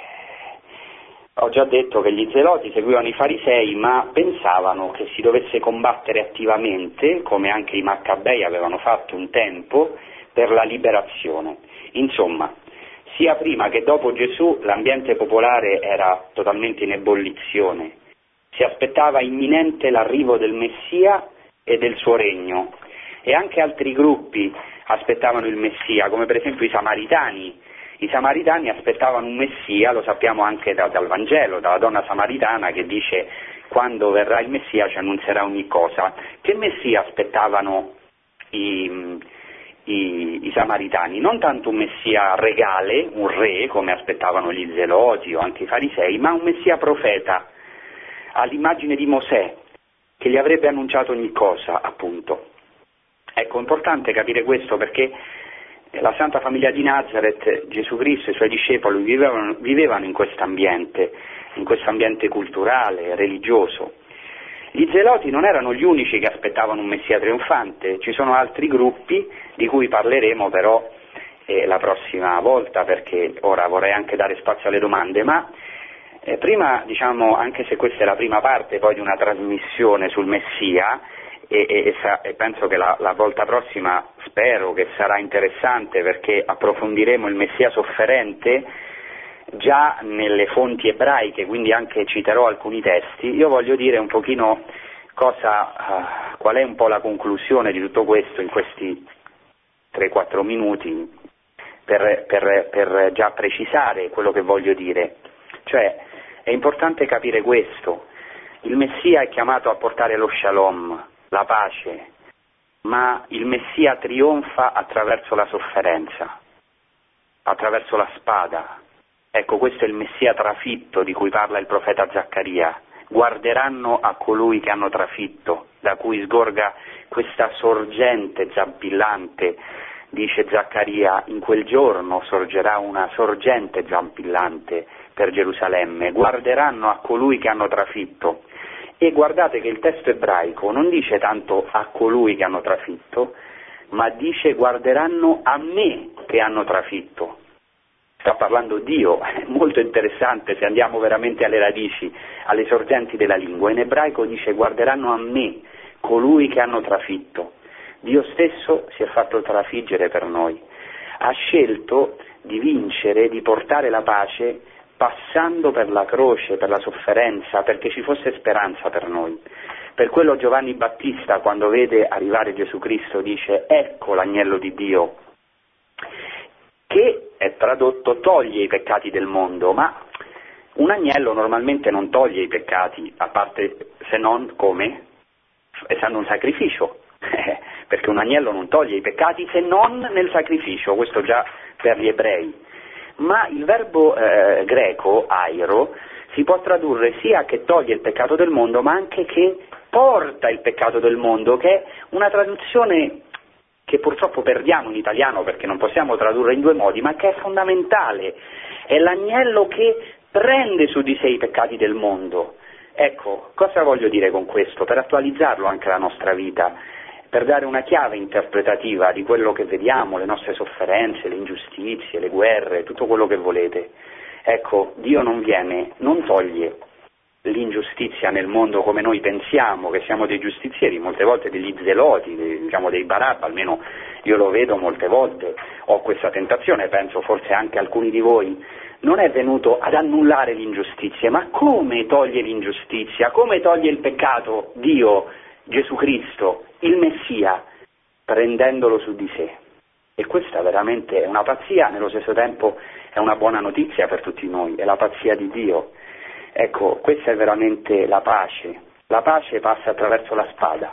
ho già detto che gli zeloti seguivano i farisei, ma pensavano che si dovesse combattere attivamente, come anche i Maccabei avevano fatto un tempo, per la liberazione. Insomma, sia prima che dopo Gesù l'ambiente popolare era totalmente in ebollizione. Si aspettava imminente l'arrivo del Messia e del suo regno, e anche altri gruppi aspettavano il Messia, come per esempio i Samaritani. I Samaritani aspettavano un Messia, lo sappiamo anche dal Vangelo, dalla donna samaritana che dice: quando verrà il Messia ci annunzierà ogni cosa. Che Messia aspettavano i Samaritani? Non tanto un Messia regale, un re, come aspettavano gli zeloti o anche i farisei, ma un Messia profeta, all'immagine di Mosè, che gli avrebbe annunciato ogni cosa, appunto. Ecco, è importante capire questo perché la Santa Famiglia di Nazareth, Gesù Cristo e i suoi discepoli vivevano in questo ambiente culturale, religioso. Gli zeloti non erano gli unici che aspettavano un Messia trionfante, ci sono altri gruppi di cui parleremo però la prossima volta, perché ora vorrei anche dare spazio alle domande, ma prima, diciamo, anche se questa è la prima parte poi di una trasmissione sul Messia, e penso che la volta prossima spero che sarà interessante perché approfondiremo il Messia sofferente già nelle fonti ebraiche, quindi anche citerò alcuni testi. Io voglio dire un pochino qual è un po' la conclusione di tutto questo in questi 3-4 minuti per già precisare quello che voglio dire. Cioè, è importante capire questo: il Messia è chiamato a portare lo shalom, la pace, ma il Messia trionfa attraverso la sofferenza, attraverso la spada. Ecco, questo è il Messia trafitto di cui parla il profeta Zaccaria. guarderanno a colui che hanno trafitto, da cui sgorga questa sorgente zampillante. Dice Zaccaria, in quel giorno sorgerà una sorgente zampillante per Gerusalemme, guarderanno a colui che hanno trafitto. E guardate che il testo ebraico non dice tanto a colui che hanno trafitto, ma dice guarderanno a me che hanno trafitto. Sta parlando Dio, è molto interessante se andiamo veramente alle radici, alle sorgenti della lingua. In ebraico dice guarderanno a me, colui che hanno trafitto. Dio stesso si è fatto trafiggere per noi, ha scelto di vincere, di portare la pace passando per la croce, per la sofferenza, perché ci fosse speranza per noi. Per quello Giovanni Battista, quando vede arrivare Gesù Cristo, dice ecco l'agnello di Dio, che è tradotto toglie i peccati del mondo, ma un agnello normalmente non toglie i peccati, a parte se non come? Essendo un sacrificio. Perché un agnello non toglie i peccati se non nel sacrificio, questo già per gli ebrei. Ma il verbo greco, airo, si può tradurre sia che toglie il peccato del mondo, ma anche che porta il peccato del mondo, che è una traduzione che purtroppo perdiamo in italiano perché non possiamo tradurre in due modi, ma che è fondamentale. È l'agnello che prende su di sé i peccati del mondo. Ecco, cosa voglio dire con questo? Per attualizzarlo anche alla nostra vita, per dare una chiave interpretativa di quello che vediamo, le nostre sofferenze, le ingiustizie, le guerre, tutto quello che volete. Ecco, Dio non toglie l'ingiustizia nel mondo come noi pensiamo, che siamo dei giustizieri, molte volte degli zeloti, dei Barabba, almeno io lo vedo molte volte, ho questa tentazione, penso forse anche alcuni di voi. Non è venuto ad annullare l'ingiustizia, ma come toglie l'ingiustizia, come toglie il peccato Dio, Gesù Cristo, il Messia, prendendolo su di sé. E questa veramente è una pazzia, nello stesso tempo è una buona notizia per tutti noi, è la pazzia di Dio. Ecco, questa è veramente la pace. La pace passa attraverso la spada.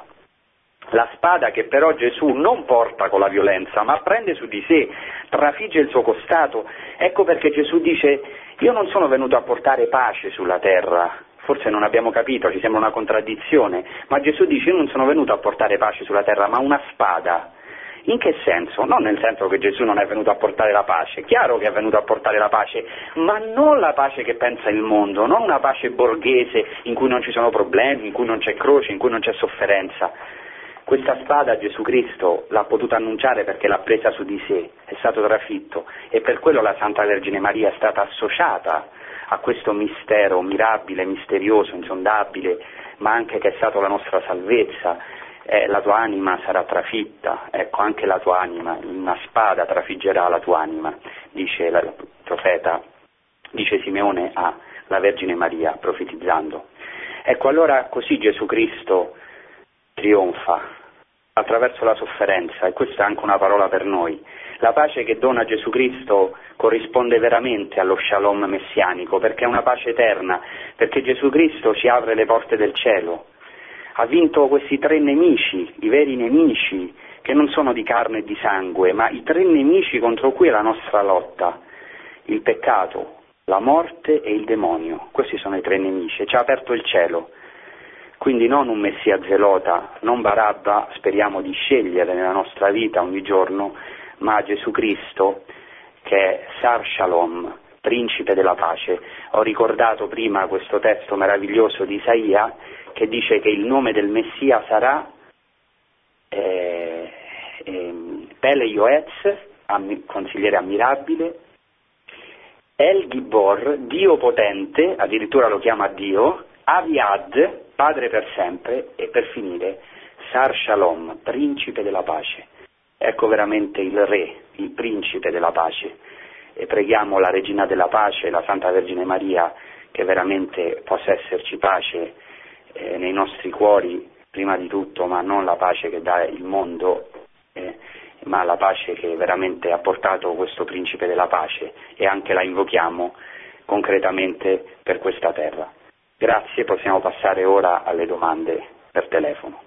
La spada che però Gesù non porta con la violenza, ma prende su di sé, trafigge il suo costato. Ecco perché Gesù dice, io non sono venuto a portare pace sulla terra. Forse non abbiamo capito, ci sembra una contraddizione, ma Gesù dice, io non sono venuto a portare pace sulla terra, ma una spada. In che senso? Non nel senso che Gesù non è venuto a portare la pace, chiaro che è venuto a portare la pace, ma non la pace che pensa il mondo, non una pace borghese in cui non ci sono problemi, in cui non c'è croce, in cui non c'è sofferenza. Questa spada Gesù Cristo l'ha potuta annunciare perché l'ha presa su di sé, è stato trafitto, e per quello la Santa Vergine Maria è stata associata a questo mistero mirabile, misterioso, insondabile, ma anche che è stato la nostra salvezza. La tua anima sarà trafitta, ecco, anche la tua anima, una spada trafiggerà la tua anima, dice il profeta, dice Simeone alla Vergine Maria, profetizzando. Ecco, allora così Gesù Cristo trionfa attraverso la sofferenza, e questa è anche una parola per noi. La pace che dona Gesù Cristo corrisponde veramente allo shalom messianico, perché è una pace eterna, perché Gesù Cristo ci apre le porte del cielo. Ha vinto questi tre nemici, i veri nemici, che non sono di carne e di sangue, ma i tre nemici contro cui è la nostra lotta: il peccato, la morte e il demonio. Questi sono i tre nemici, e ci ha aperto il cielo. Quindi non un Messia zelota, non Barabba, speriamo di scegliere nella nostra vita ogni giorno, ma Gesù Cristo, che è Sar Shalom, principe della pace. Ho ricordato prima questo testo meraviglioso di Isaia, che dice che il nome del Messia sarà Pele Yoetz, consigliere ammirabile, El Gibor, Dio potente, addirittura lo chiama Dio, Aviad, Padre per sempre, e per finire Sar Shalom, principe della pace. Ecco veramente il Re, il principe della pace, e preghiamo la Regina della Pace, la Santa Vergine Maria, che veramente possa esserci pace nei nostri cuori prima di tutto, ma non la pace che dà il mondo, ma la pace che veramente ha portato questo principe della pace, e anche la invochiamo concretamente per questa terra. Grazie, possiamo passare ora alle domande per telefono.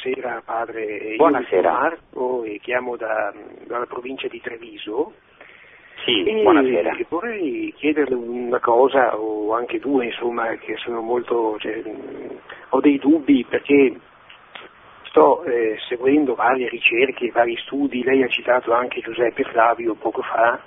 buonasera padre. Buonasera. Io sono Marco e chiamo dalla provincia di Treviso. Sì, buonasera. E vorrei chiederle una cosa, o anche due, insomma, che sono molto... ho dei dubbi perché sto seguendo varie ricerche, vari studi, lei ha citato anche Giuseppe Flavio poco fa,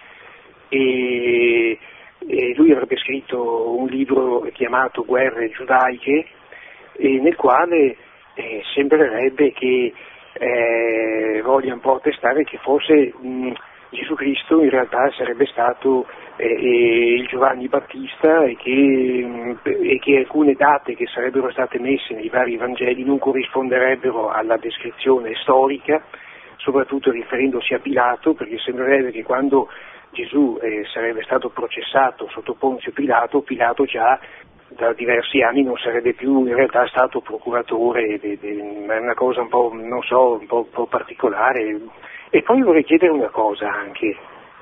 e lui avrebbe scritto un libro chiamato Guerre giudaiche, nel quale sembrerebbe che voglia un po' attestare che forse Gesù Cristo in realtà sarebbe stato il Giovanni Battista e che alcune date che sarebbero state messe nei vari Vangeli non corrisponderebbero alla descrizione storica, soprattutto riferendosi a Pilato, perché sembrerebbe che quando Gesù sarebbe stato processato sotto Ponzio Pilato, Pilato già da diversi anni non sarebbe più in realtà stato procuratore, è una cosa un po', non so, un po' particolare. E poi vorrei chiedere una cosa anche.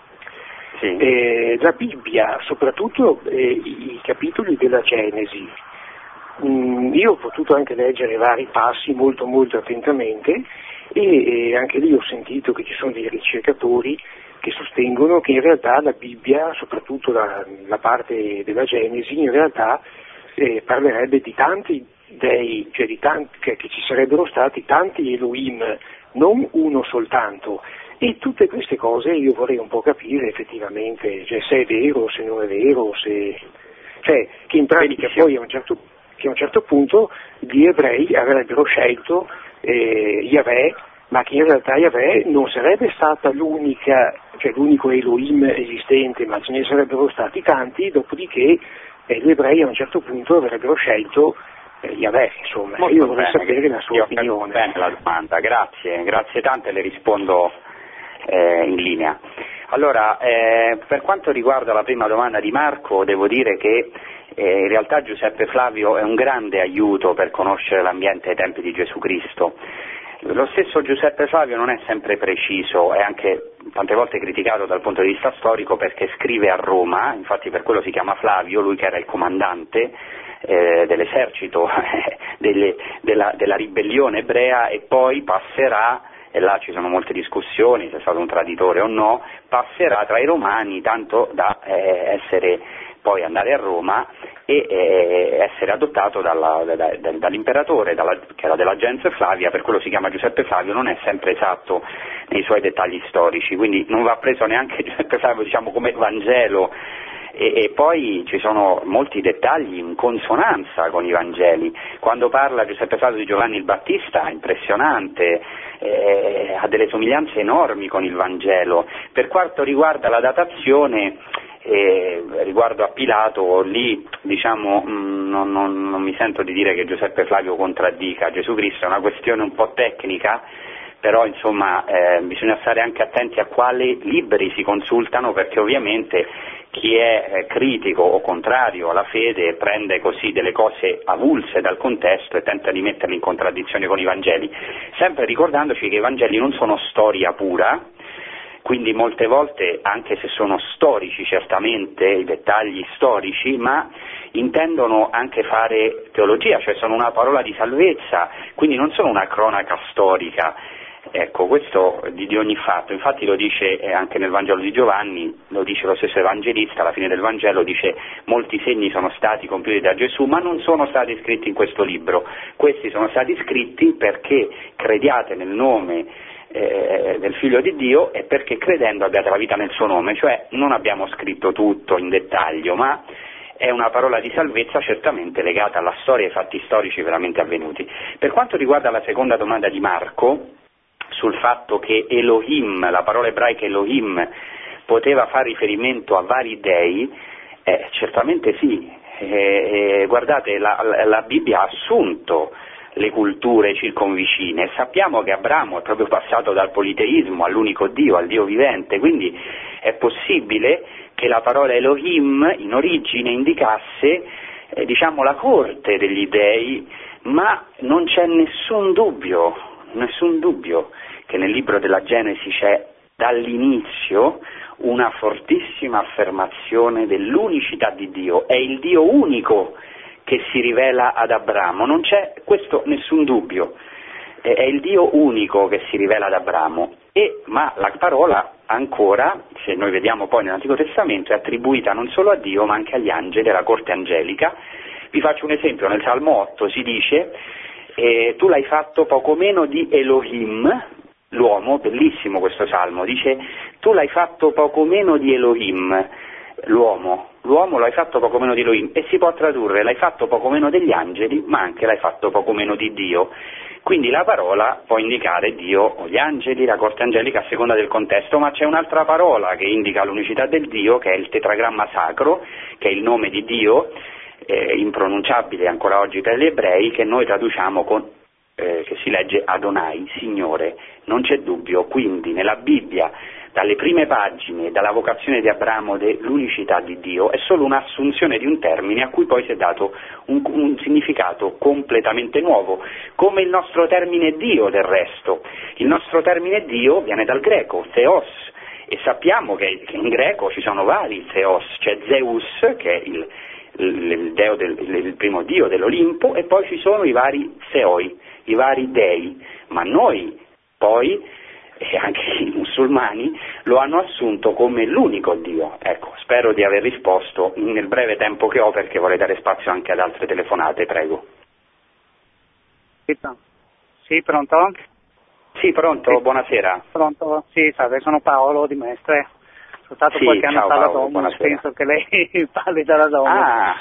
Sì. La Bibbia, soprattutto i capitoli della Genesi, io ho potuto anche leggere vari passi molto molto attentamente e anche lì ho sentito che ci sono dei ricercatori che sostengono che in realtà la Bibbia, soprattutto la parte della Genesi, in realtà parlerebbe di tanti dei, cioè che ci sarebbero stati tanti Elohim, non uno soltanto. E tutte queste cose io vorrei un po' capire effettivamente, cioè, se è vero, se non è vero, cioè che in pratica poi a un certo punto gli ebrei avrebbero scelto Yahweh, ma che in realtà Yahweh non sarebbe stata l'unico Elohim esistente, ma ce ne sarebbero stati tanti, dopodiché gli ebrei a un certo punto avrebbero scelto Yahweh, insomma. Molto io vorrei bene, sapere la sua opinione. Bene la domanda, grazie tante, le rispondo in linea. Allora, per quanto riguarda la prima domanda di Marco, devo dire che in realtà Giuseppe Flavio è un grande aiuto per conoscere l'ambiente ai tempi di Gesù Cristo. Lo stesso Giuseppe Flavio non è sempre preciso, è anche tante volte criticato dal punto di vista storico perché scrive a Roma, infatti per quello si chiama Flavio, lui che era il comandante dell'esercito della ribellione ebrea, e poi passerà, e là ci sono molte discussioni se è stato un traditore o no, passerà tra i romani tanto da poi andare a Roma e essere adottato dall'imperatore, che era della gens Flavia, per quello si chiama Giuseppe Flavio, non è sempre esatto nei suoi dettagli storici, quindi non va preso neanche Giuseppe Flavio, diciamo, come Vangelo, e poi ci sono molti dettagli in consonanza con i Vangeli. Quando parla Giuseppe Flavio di Giovanni il Battista, impressionante, ha delle somiglianze enormi con il Vangelo. Per quanto riguarda la datazione, riguardo a Pilato, lì diciamo non mi sento di dire che Giuseppe Flavio contraddica Gesù Cristo, è una questione un po' tecnica, però insomma bisogna stare anche attenti a quali libri si consultano, perché ovviamente chi è critico o contrario alla fede prende così delle cose avulse dal contesto e tenta di metterle in contraddizione con i Vangeli, sempre ricordandoci che i Vangeli non sono storia pura, quindi molte volte, anche se sono storici certamente, i dettagli storici, ma intendono anche fare teologia, cioè sono una parola di salvezza, quindi non sono una cronaca storica. Ecco, questo di ogni fatto, infatti lo dice anche nel Vangelo di Giovanni, lo dice lo stesso Evangelista, alla fine del Vangelo dice: molti segni sono stati compiuti da Gesù, ma non sono stati scritti in questo libro, questi sono stati scritti perché crediate nel nome del Figlio di Dio e perché credendo abbiate la vita nel suo nome, cioè non abbiamo scritto tutto in dettaglio, ma è una parola di salvezza certamente legata alla storia e ai fatti storici veramente avvenuti. Per quanto riguarda la seconda domanda di Marco, sul fatto che Elohim, la parola ebraica Elohim, poteva fare riferimento a vari dei, certamente sì. Guardate, la Bibbia ha assunto le culture circonvicine e sappiamo che Abramo è proprio passato dal politeismo all'unico Dio, al Dio vivente, quindi è possibile che la parola Elohim in origine indicasse diciamo la corte degli dei, ma non c'è nessun dubbio che nel libro della Genesi c'è dall'inizio una fortissima affermazione dell'unicità di Dio, è il Dio unico che si rivela ad Abramo, non c'è questo nessun dubbio. è il Dio unico che si rivela ad Abramo, ma la parola ancora, se noi vediamo poi nell'Antico Testamento, è attribuita non solo a Dio ma anche agli angeli, alla corte angelica. Vi faccio un esempio: nel Salmo 8 si dice tu l'hai fatto poco meno di Elohim, l'uomo, bellissimo questo salmo, dice tu l'hai fatto poco meno di Elohim, l'uomo l'hai fatto poco meno di Elohim, e si può tradurre l'hai fatto poco meno degli angeli, ma anche l'hai fatto poco meno di Dio. Quindi la parola può indicare Dio o gli angeli, la corte angelica, a seconda del contesto, ma c'è un'altra parola che indica l'unicità del Dio, che è il tetragramma sacro, che è il nome di Dio, impronunciabile ancora oggi per gli ebrei, che noi traduciamo che si legge Adonai, Signore. Non c'è dubbio, quindi nella Bibbia, dalle prime pagine, dalla vocazione di Abramo dell'unicità di Dio, è solo un'assunzione di un termine a cui poi si è dato un significato completamente nuovo, come il nostro termine Dio del resto. Il nostro termine Dio viene dal greco, Theos, e sappiamo che in greco ci sono vari Theos, c'è Zeus, che è il primo dio dell'Olimpo, e poi ci sono i vari Theoi, i vari dei, ma noi poi, e anche i musulmani, lo hanno assunto come l'unico Dio. Ecco, spero di aver risposto nel breve tempo che ho, perché vorrei dare spazio anche ad altre telefonate, prego. Sì, pronto? Sì, pronto, sì. Buonasera. Pronto? Sì, salve, sono Paolo di Mestre. Sono stato qualche anno fa alla Domus, penso che lei parli dalla Domus.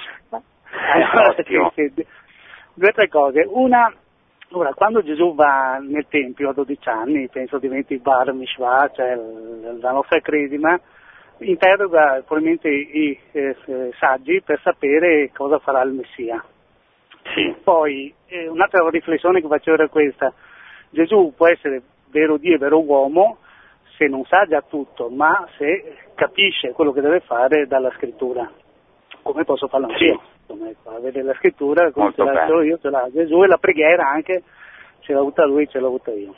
Ottimo. Sì. 2 o 3 cose. Una, ora, quando Gesù va nel Tempio a 12 anni, penso diventi Bar Mishvah, cioè la nostra cresima, interroga probabilmente i saggi per sapere cosa farà il Messia. Sì. Poi, un'altra riflessione che facevo era questa: Gesù può essere vero Dio e vero uomo se non sa già tutto, ma se capisce quello che deve fare dalla scrittura. Come posso farlo anch'io? Sì. Come fa a vedere la scrittura, come Molto ce l'ho io, ce l'ha Gesù, e la preghiera anche, ce l'ha avuta lui, ce l'ho avuta io.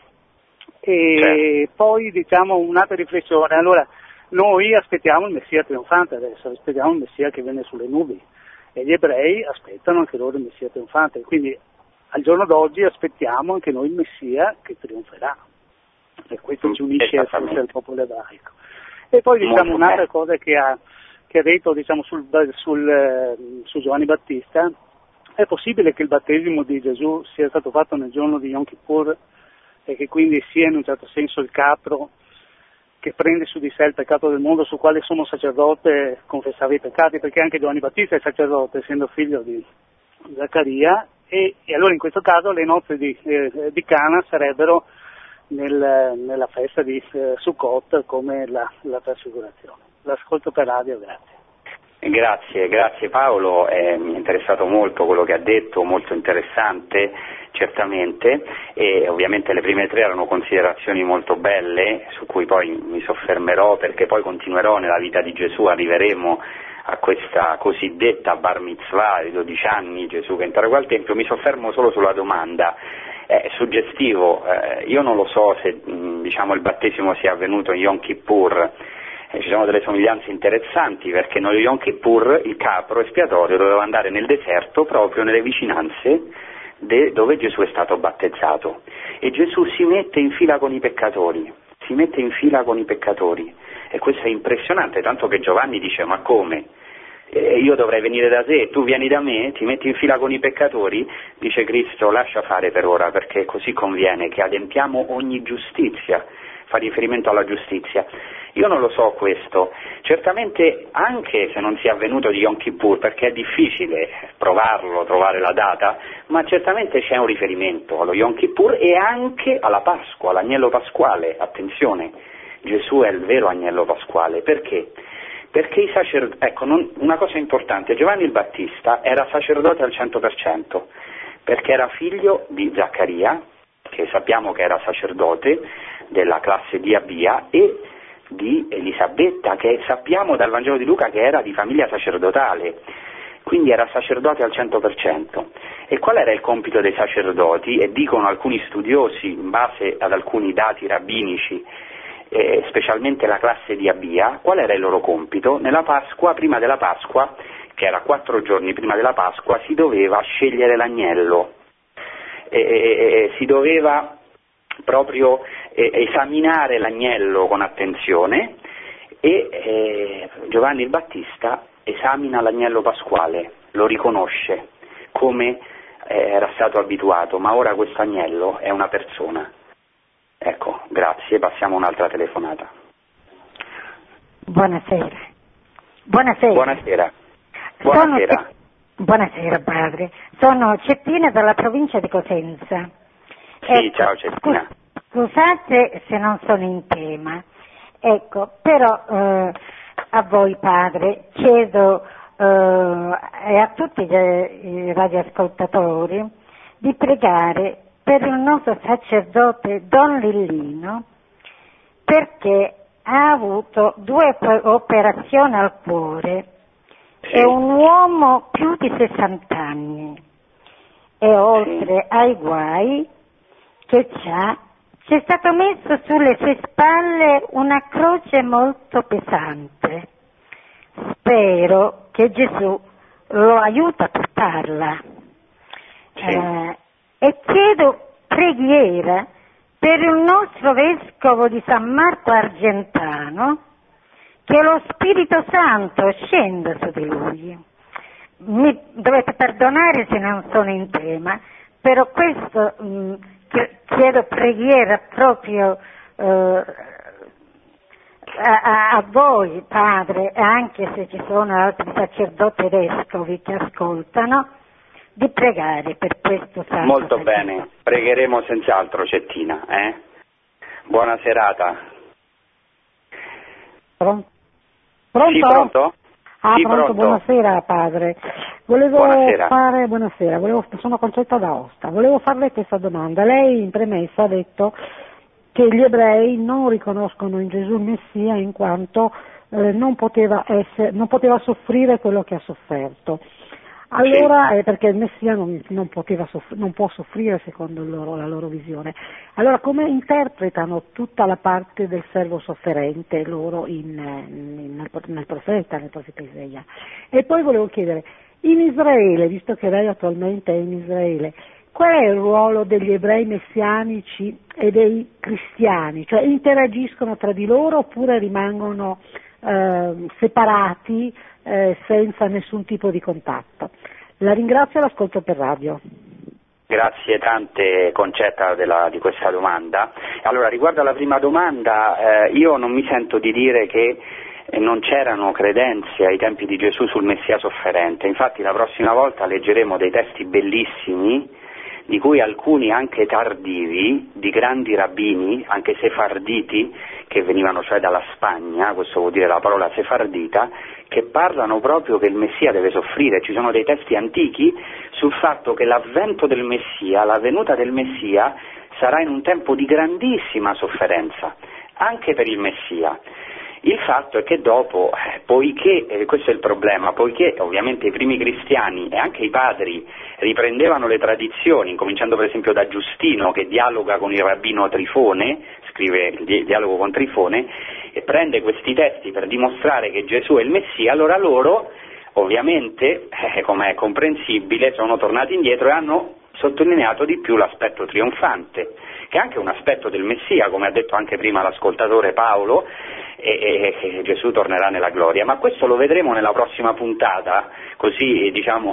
E poi diciamo un'altra riflessione: allora, noi aspettiamo il Messia trionfante adesso, aspettiamo il Messia che viene sulle nubi, e gli ebrei aspettano anche loro il Messia trionfante, quindi al giorno d'oggi aspettiamo anche noi il Messia che trionferà, e questo ci unisce forse al popolo ebraico. E poi diciamo un'altra cosa che ha detto, diciamo, su Giovanni Battista: è possibile che il battesimo di Gesù sia stato fatto nel giorno di Yom Kippur, e che quindi sia in un certo senso il capro che prende su di sé il peccato del mondo, su quale sommo sacerdote confessava i peccati, perché anche Giovanni Battista è sacerdote, essendo figlio di Zaccaria, e allora in questo caso le nozze di Cana sarebbero nella festa di Sukkot, come la trasfigurazione. L'ascolto per radio, grazie. Grazie Paolo, mi è interessato molto quello che ha detto, molto interessante certamente, e ovviamente le prime 3 erano considerazioni molto belle su cui poi mi soffermerò, perché poi continuerò nella vita di Gesù, arriveremo a questa cosiddetta bar mitzvah di 12 anni, Gesù che interroga al Tempio. Mi soffermo solo sulla domanda. È suggestivo, io non lo so se diciamo il battesimo sia avvenuto in Yom Kippur. Ci sono delle somiglianze interessanti, perché nello Yom Kippur il capro espiatorio doveva andare nel deserto, proprio nelle vicinanze dove Gesù è stato battezzato, e Gesù si mette in fila con i peccatori, e questo è impressionante, tanto che Giovanni dice: ma come? Io dovrei venire da te, tu vieni da me, ti metti in fila con i peccatori? Dice Cristo: lascia fare per ora, perché così conviene che adempiamo ogni giustizia. Fa riferimento alla giustizia. Io non lo so questo, certamente anche se non sia avvenuto di Yom Kippur, perché è difficile provarlo, trovare la data, ma certamente c'è un riferimento allo Yom Kippur e anche alla Pasqua, all'agnello pasquale. Attenzione, Gesù è il vero agnello pasquale. Perché? Perché i sacerdoti, una cosa importante: Giovanni il Battista era sacerdote al 100%, perché era figlio di Zaccaria, che sappiamo che era sacerdote della classe di Abia, e di Elisabetta, che sappiamo dal Vangelo di Luca che era di famiglia sacerdotale, quindi era sacerdote al 100%. E qual era il compito dei sacerdoti? E dicono alcuni studiosi, in base ad alcuni dati rabbinici, specialmente la classe di Abia, qual era il loro compito? Nella Pasqua, prima della Pasqua, che era 4 giorni prima della Pasqua, si doveva scegliere l'agnello, si doveva proprio esaminare l'agnello con attenzione, e Giovanni il Battista esamina l'agnello pasquale, lo riconosce come era stato abituato, ma ora questo agnello è una persona. Ecco, grazie, passiamo a un'altra telefonata. Buonasera. Buonasera. Buonasera. Buonasera. Buonasera padre, sono Cettina dalla provincia di Cosenza. Sì, ciao Cettina. Scusate se non sono in tema, ecco, però a voi padre chiedo e a tutti i radioascoltatori di pregare per il nostro sacerdote Don Lillino, perché ha avuto 2 operazioni al cuore. È un uomo più di 60 anni e oltre ai guai che c'è stato messo sulle sue spalle una croce molto pesante. Spero che Gesù lo aiuti a portarla. E chiedo preghiera per il nostro vescovo di San Marco Argentano, che lo Spirito Santo scenda su di lui. Mi dovete perdonare se non sono in tema, però questo chiedo preghiera proprio a voi, padre, anche se ci sono altri sacerdoti e vescovi che ascoltano, di pregare per questo santo. Molto bene, pregheremo senz'altro Cettina. Buona serata. Pronto? Sì, pronto? Sì, pronto, buonasera padre. Sono Concetta d'Aosta. Volevo farle questa domanda. Lei in premessa ha detto che gli ebrei non riconoscono in Gesù il Messia in quanto non poteva soffrire quello che ha sofferto. Allora, perché il Messia non può soffrire secondo la loro visione. Allora, come interpretano tutta la parte del servo sofferente loro nel profeta Isaia? E poi volevo chiedere, in Israele, visto che lei attualmente è in Israele, qual è il ruolo degli ebrei messianici e dei cristiani? Cioè, interagiscono tra di loro oppure rimangono separati senza nessun tipo di contatto? La ringrazio e l'ascolto per radio. Grazie tante Concetta di questa domanda. Allora, riguardo alla prima domanda, io non mi sento di dire che non c'erano credenze ai tempi di Gesù sul Messia sofferente. Infatti la prossima volta leggeremo dei testi bellissimi, di cui alcuni anche tardivi, di grandi rabbini, anche sefarditi, che venivano cioè dalla Spagna, questo vuol dire la parola sefardita, che parlano proprio che il Messia deve soffrire. Ci sono dei testi antichi sul fatto che l'avvento del Messia, la venuta del Messia, sarà in un tempo di grandissima sofferenza, anche per il Messia. Il fatto è che dopo, poiché, questo è il problema, poiché ovviamente i primi cristiani e anche i padri riprendevano le tradizioni, cominciando per esempio da Giustino, che dialoga con il rabbino Trifone, scrive il dialogo con Trifone, e prende questi testi per dimostrare che Gesù è il Messia, allora loro, ovviamente, come è comprensibile, sono tornati indietro e hanno sottolineato di più l'aspetto trionfante, che è anche un aspetto del Messia, come ha detto anche prima l'ascoltatore Paolo, e Gesù tornerà nella gloria, ma questo lo vedremo nella prossima puntata, così diciamo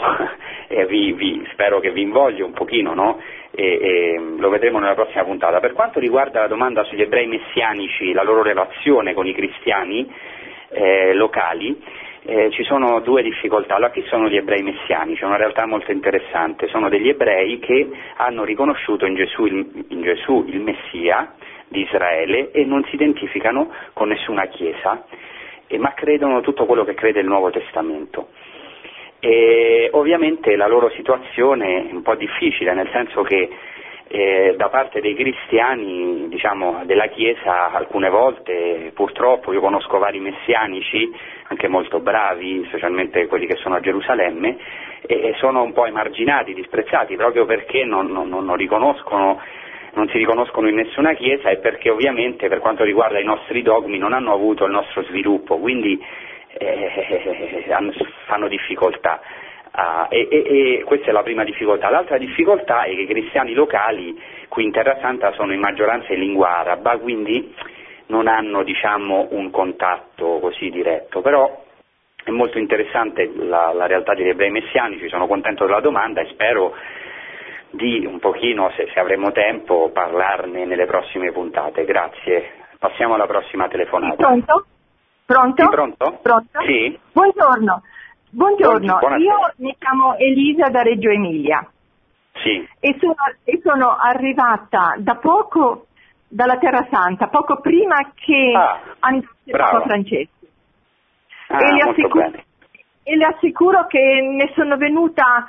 spero che vi invoglio un pochino, no? Lo vedremo nella prossima puntata. Per quanto riguarda la domanda sugli ebrei messianici, la loro relazione con i cristiani locali, ci sono 2 difficoltà. Allora, chi sono gli ebrei messianici? È una realtà molto interessante, sono degli ebrei che hanno riconosciuto in Gesù il Messia di Israele e non si identificano con nessuna chiesa, ma credono tutto quello che crede il Nuovo Testamento. E ovviamente la loro situazione è un po' difficile, nel senso che da parte dei cristiani, diciamo, della Chiesa, alcune volte purtroppo io conosco vari messianici anche molto bravi, specialmente quelli che sono a Gerusalemme, e sono un po' emarginati, disprezzati proprio perché non si riconoscono in nessuna chiesa e perché ovviamente per quanto riguarda i nostri dogmi non hanno avuto il nostro sviluppo, quindi fanno difficoltà. e questa è la prima difficoltà. L'altra difficoltà è che i cristiani locali qui in Terra Santa sono in maggioranza in lingua araba, quindi non hanno, diciamo, un contatto così diretto, però è molto interessante la realtà degli ebrei messianici. Sono contento della domanda e spero di un pochino, se avremo tempo, parlarne nelle prossime puntate. Grazie. Passiamo alla prossima telefonata. Pronto? Pronto? Sì, pronto? Pronto? Sì. Buongiorno. Buongiorno. Buonasera. Io mi chiamo Elisa da Reggio Emilia. Sì. E sono arrivata da poco dalla Terra Santa, poco prima che andasse Papa Francesco. E le assicuro che ne sono venuta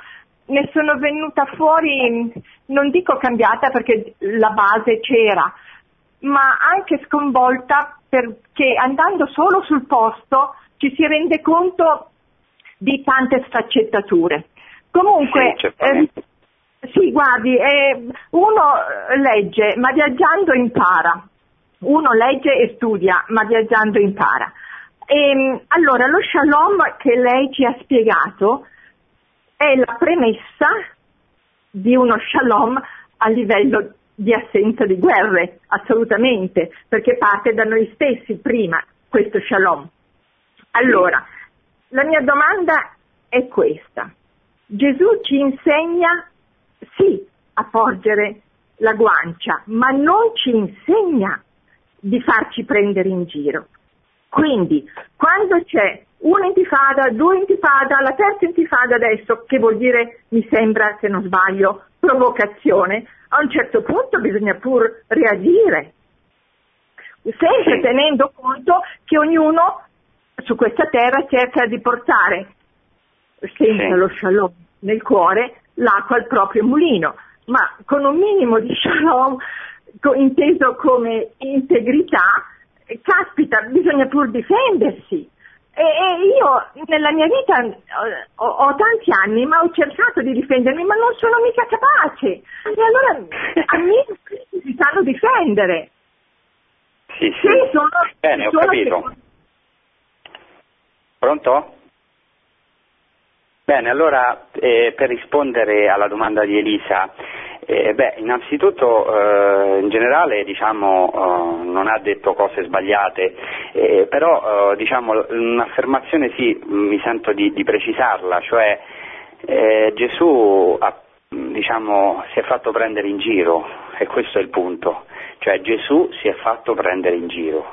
fuori, non dico cambiata perché la base c'era, ma anche sconvolta, perché andando solo sul posto ci si rende conto di tante sfaccettature. Comunque, sì, guardi, uno legge, ma viaggiando impara. Uno legge e studia, ma viaggiando impara. Allora, lo shalom che lei ci ha spiegato è la premessa di uno shalom a livello di assenza di guerre, assolutamente, perché parte da noi stessi prima questo shalom. Allora, la mia domanda è questa. Gesù ci insegna, sì, a porgere la guancia, ma non ci insegna di farci prendere in giro. Quindi, quando c'è un'intifada, due intifada, la terza intifada adesso, che vuol dire, mi sembra, se non sbaglio, provocazione, a un certo punto bisogna pur reagire, sempre tenendo conto che ognuno su questa terra cerca di portare, senza lo shalom nel cuore, l'acqua al proprio mulino, ma con un minimo di shalom, inteso come integrità, caspita, bisogna pur difendersi. E io nella mia vita ho tanti anni, ma ho cercato di difendermi, ma non sono mica capace. E allora a me si sanno difendere. Sì. Bene, ho capito. Pronto? Bene, allora per rispondere alla domanda di Elisa, innanzitutto in generale, diciamo, non ha detto cose sbagliate, però diciamo un'affermazione sì, mi sento di precisarla, cioè Gesù diciamo, si è fatto prendere in giro, e questo è il punto, cioè Gesù si è fatto prendere in giro,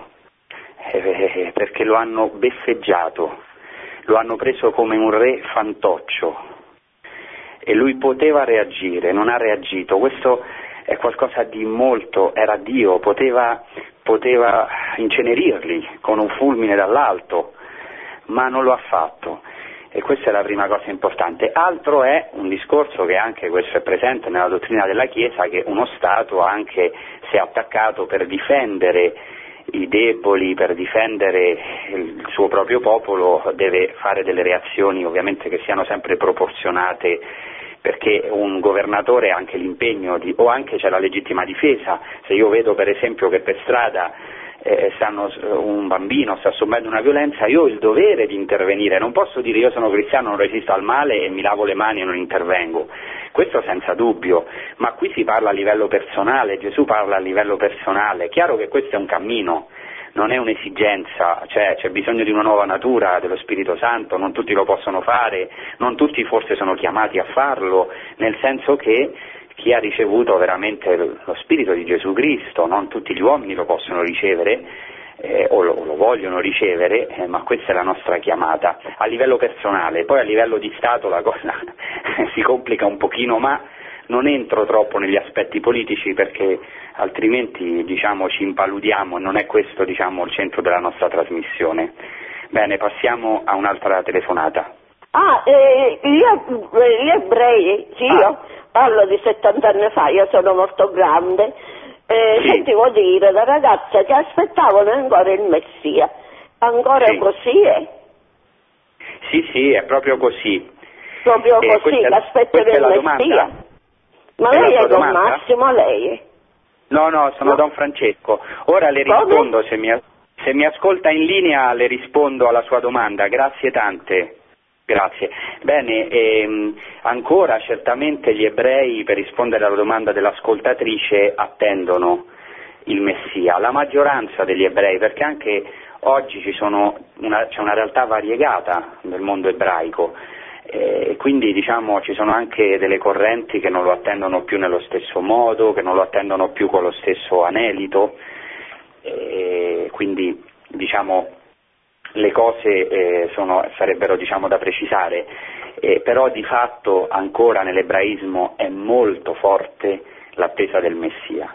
perché lo hanno beffeggiato, lo hanno preso come un re fantoccio. E lui poteva reagire, non ha reagito. Questo è qualcosa di molto, era Dio, poteva incenerirli con un fulmine dall'alto, ma non lo ha fatto. E questa è la prima cosa importante. Altro è un discorso che anche questo è presente nella dottrina della Chiesa, che uno Stato anche se è attaccato per difendere i deboli, per difendere il suo proprio popolo, deve fare delle reazioni ovviamente che siano sempre proporzionate, perché un governatore ha anche l'impegno o anche c'è la legittima difesa. Se io vedo per esempio che per strada un bambino sta subendo una violenza, io ho il dovere di intervenire, non posso dire io sono cristiano, non resisto al male e mi lavo le mani e non intervengo, questo senza dubbio, ma qui si parla a livello personale, Gesù parla a livello personale. È chiaro che questo è un cammino, non è un'esigenza, cioè c'è bisogno di una nuova natura dello Spirito Santo, non tutti lo possono fare, non tutti forse sono chiamati a farlo, nel senso che chi ha ricevuto veramente lo Spirito di Gesù Cristo, non tutti gli uomini lo possono ricevere o lo vogliono ricevere, ma questa è la nostra chiamata a livello personale. Poi a livello di Stato la cosa si complica un pochino, ma non entro troppo negli aspetti politici perché altrimenti diciamo ci impaludiamo e non è questo diciamo il centro della nostra trasmissione. Bene, passiamo a un'altra telefonata. Gli ebrei, sì, io parlo di 70 anni fa, io sono molto grande, Sì. Sentivo dire da ragazza che aspettavano ancora il Messia, ancora Sì. Così è? Sì, è proprio così. Proprio così, l'aspetto del Messia. Domanda? Ma È lei la è sua Don domanda? Massimo, lei? No, sono Don Francesco. Ora le rispondo, se mi ascolta in linea le rispondo alla sua domanda, grazie tante. Grazie. Bene, ancora certamente gli ebrei, per rispondere alla domanda dell'ascoltatrice, attendono il Messia, la maggioranza degli ebrei, perché anche oggi c'è una realtà variegata nel mondo ebraico, quindi diciamo ci sono anche delle correnti che non lo attendono più nello stesso modo, che non lo attendono più con lo stesso anelito, quindi diciamo le cose sarebbero diciamo da precisare, però di fatto ancora nell'ebraismo è molto forte l'attesa del Messia.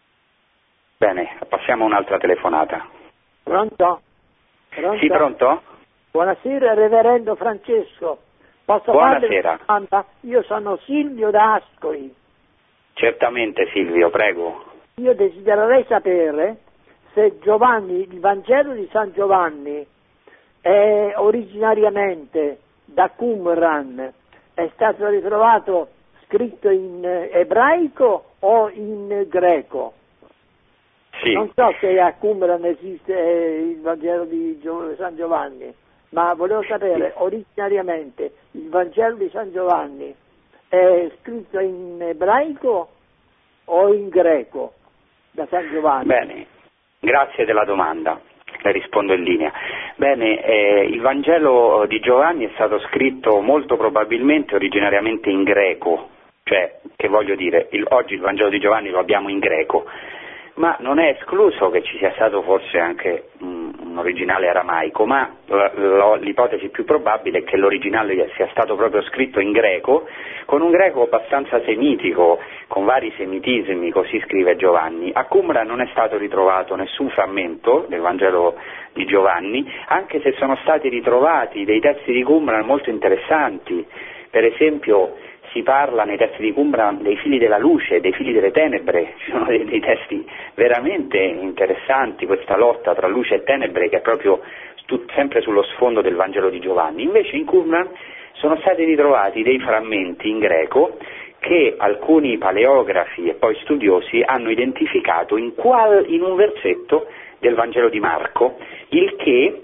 Bene, passiamo a un'altra telefonata. Pronto? Pronto? Sì, pronto? Buonasera Reverendo Francesco. Posso Buonasera. farle una domanda? Io sono Silvio da Ascoli. Certamente Silvio, prego. Io desidererei sapere se il Vangelo di San Giovanni è originariamente da Qumran, è stato ritrovato scritto in ebraico o in greco? Sì. Non so se a Qumran esiste il Vangelo di San Giovanni, ma volevo sapere originariamente il Vangelo di San Giovanni è scritto in ebraico o in greco da San Giovanni? Bene, grazie della domanda, le rispondo in linea. Bene, il Vangelo di Giovanni è stato scritto molto probabilmente originariamente in greco, cioè, che voglio dire, oggi il Vangelo di Giovanni lo abbiamo in greco, ma non è escluso che ci sia stato forse anche un originale aramaico, ma l'ipotesi più probabile è che l'originale sia stato proprio scritto in greco, con un greco abbastanza semitico, con vari semitismi, così scrive Giovanni. A Qumran non è stato ritrovato nessun frammento del Vangelo di Giovanni, anche se sono stati ritrovati dei testi di Qumran molto interessanti. Per esempio si parla nei testi di Qumran dei figli della luce, dei figli delle tenebre, ci sono dei testi veramente interessanti, questa lotta tra luce e tenebre che è proprio sempre sullo sfondo del Vangelo di Giovanni. Invece in Qumran sono stati ritrovati dei frammenti in greco che alcuni paleografi e poi studiosi hanno identificato in un versetto del Vangelo di Marco, il che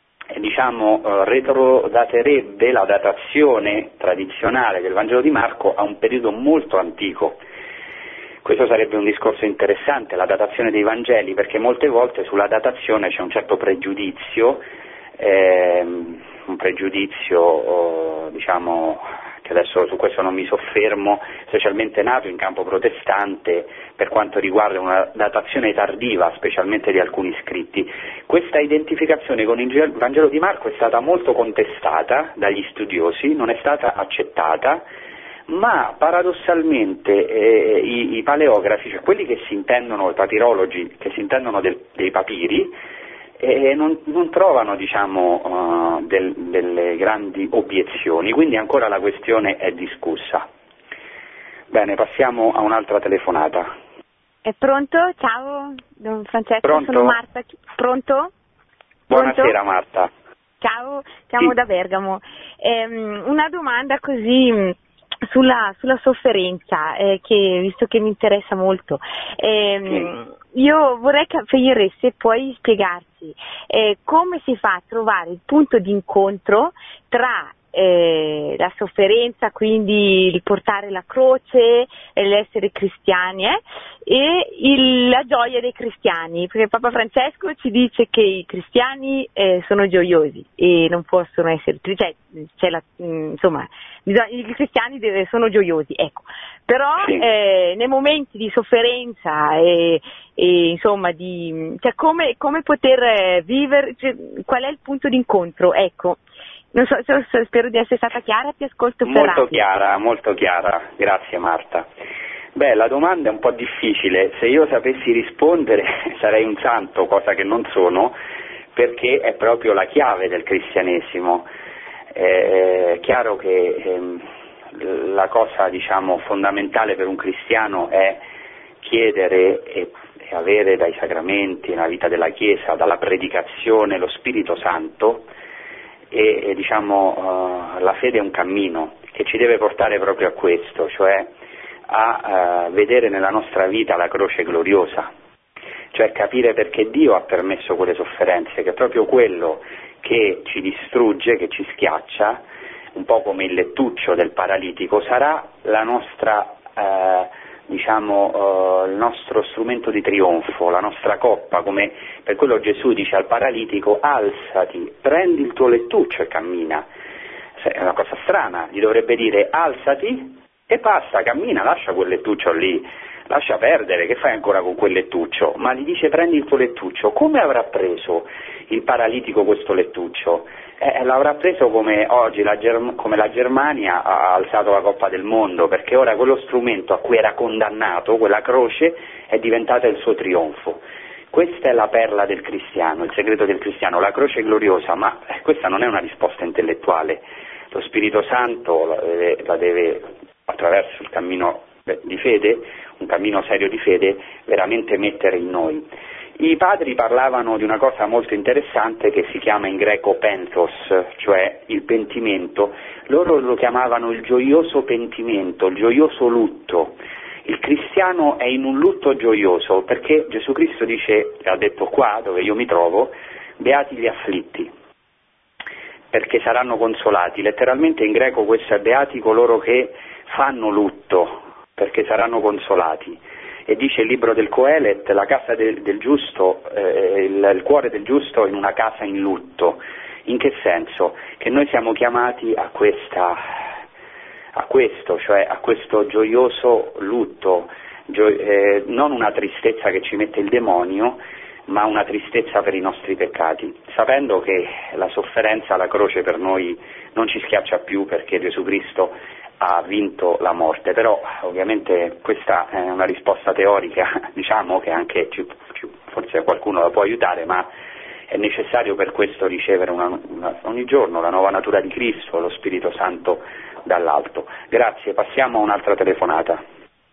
retrodaterebbe la datazione tradizionale del Vangelo di Marco a un periodo molto antico. Questo sarebbe un discorso interessante, la datazione dei Vangeli, perché molte volte sulla datazione c'è un certo pregiudizio, che adesso su questo non mi soffermo, specialmente nato in campo protestante per quanto riguarda una datazione tardiva, specialmente di alcuni scritti. Questa identificazione con il Vangelo di Marco è stata molto contestata dagli studiosi, non è stata accettata, ma paradossalmente i paleografi, cioè quelli che si intendono, i papirologi, che si intendono dei papiri, non trovano delle grandi obiezioni, quindi ancora la questione è discussa. Bene, passiamo a un'altra telefonata. È pronto? Ciao, Don Francesco, Pronto? sono Marta. Pronto? Buonasera Marta. Ciao, chiamo Sì. da Bergamo. Una domanda così sulla sofferenza, visto che mi interessa molto. Io vorrei capire se puoi spiegarci come si fa a trovare il punto di incontro tra la sofferenza, quindi il portare la croce, l'essere cristiani e la gioia dei cristiani, perché Papa Francesco ci dice che i cristiani sono gioiosi e non possono essere i cristiani sono gioiosi, ecco. Però Sì. nei momenti di sofferenza come poter vivere, qual è il punto di incontro, ecco. Non so, spero di essere stata chiara, ti ascolto per radio. Molto chiara, grazie Marta. Beh, la domanda è un po' difficile, se io sapessi rispondere sarei un santo, cosa che non sono, perché è proprio la chiave del cristianesimo. È chiaro che la cosa fondamentale per un cristiano è chiedere e avere dai sacramenti, nella vita della Chiesa, dalla predicazione, lo Spirito Santo, e la fede è un cammino che ci deve portare proprio a questo, cioè a vedere nella nostra vita la croce gloriosa, cioè capire perché Dio ha permesso quelle sofferenze, che è proprio quello che ci distrugge, che ci schiaccia, un po' come il lettuccio del paralitico, sarà la nostra il nostro strumento di trionfo, la nostra coppa, come per quello Gesù dice al paralitico: alzati, prendi il tuo lettuccio e cammina. È una cosa strana, gli dovrebbe dire alzati e basta, cammina, lascia quel lettuccio lì, lascia perdere, che fai ancora con quel lettuccio? Ma gli dice prendi il tuo lettuccio. Come avrà preso il paralitico questo lettuccio? L'avrà preso come oggi come la Germania ha alzato la Coppa del Mondo, perché ora quello strumento a cui era condannato, quella croce, è diventata il suo trionfo. Questa è la perla del cristiano, il segreto del cristiano, la croce gloriosa, ma questa non è una risposta intellettuale. Lo Spirito Santo la deve, attraverso il cammino di fede, un cammino serio di fede, veramente mettere in noi. I padri parlavano di una cosa molto interessante che si chiama in greco pentos, cioè il pentimento. Loro lo chiamavano il gioioso pentimento, il gioioso lutto. Il cristiano è in un lutto gioioso perché Gesù Cristo dice, ha detto qua dove io mi trovo, beati gli afflitti, perché saranno consolati. Letteralmente in greco questo è beati coloro che fanno lutto, perché saranno consolati. E dice il libro del Coelet, la casa del giusto, il cuore del giusto in una casa in lutto. In che senso? Che noi siamo chiamati a questo, cioè a questo gioioso lutto, non una tristezza che ci mette il demonio, ma una tristezza per i nostri peccati, sapendo che la sofferenza, la croce per noi non ci schiaccia più, perché Gesù Cristo ha vinto la morte. Però ovviamente questa è una risposta teorica, diciamo, che anche forse qualcuno la può aiutare, ma è necessario per questo ricevere ogni giorno la nuova natura di Cristo, lo Spirito Santo dall'alto. Grazie, passiamo a un'altra telefonata.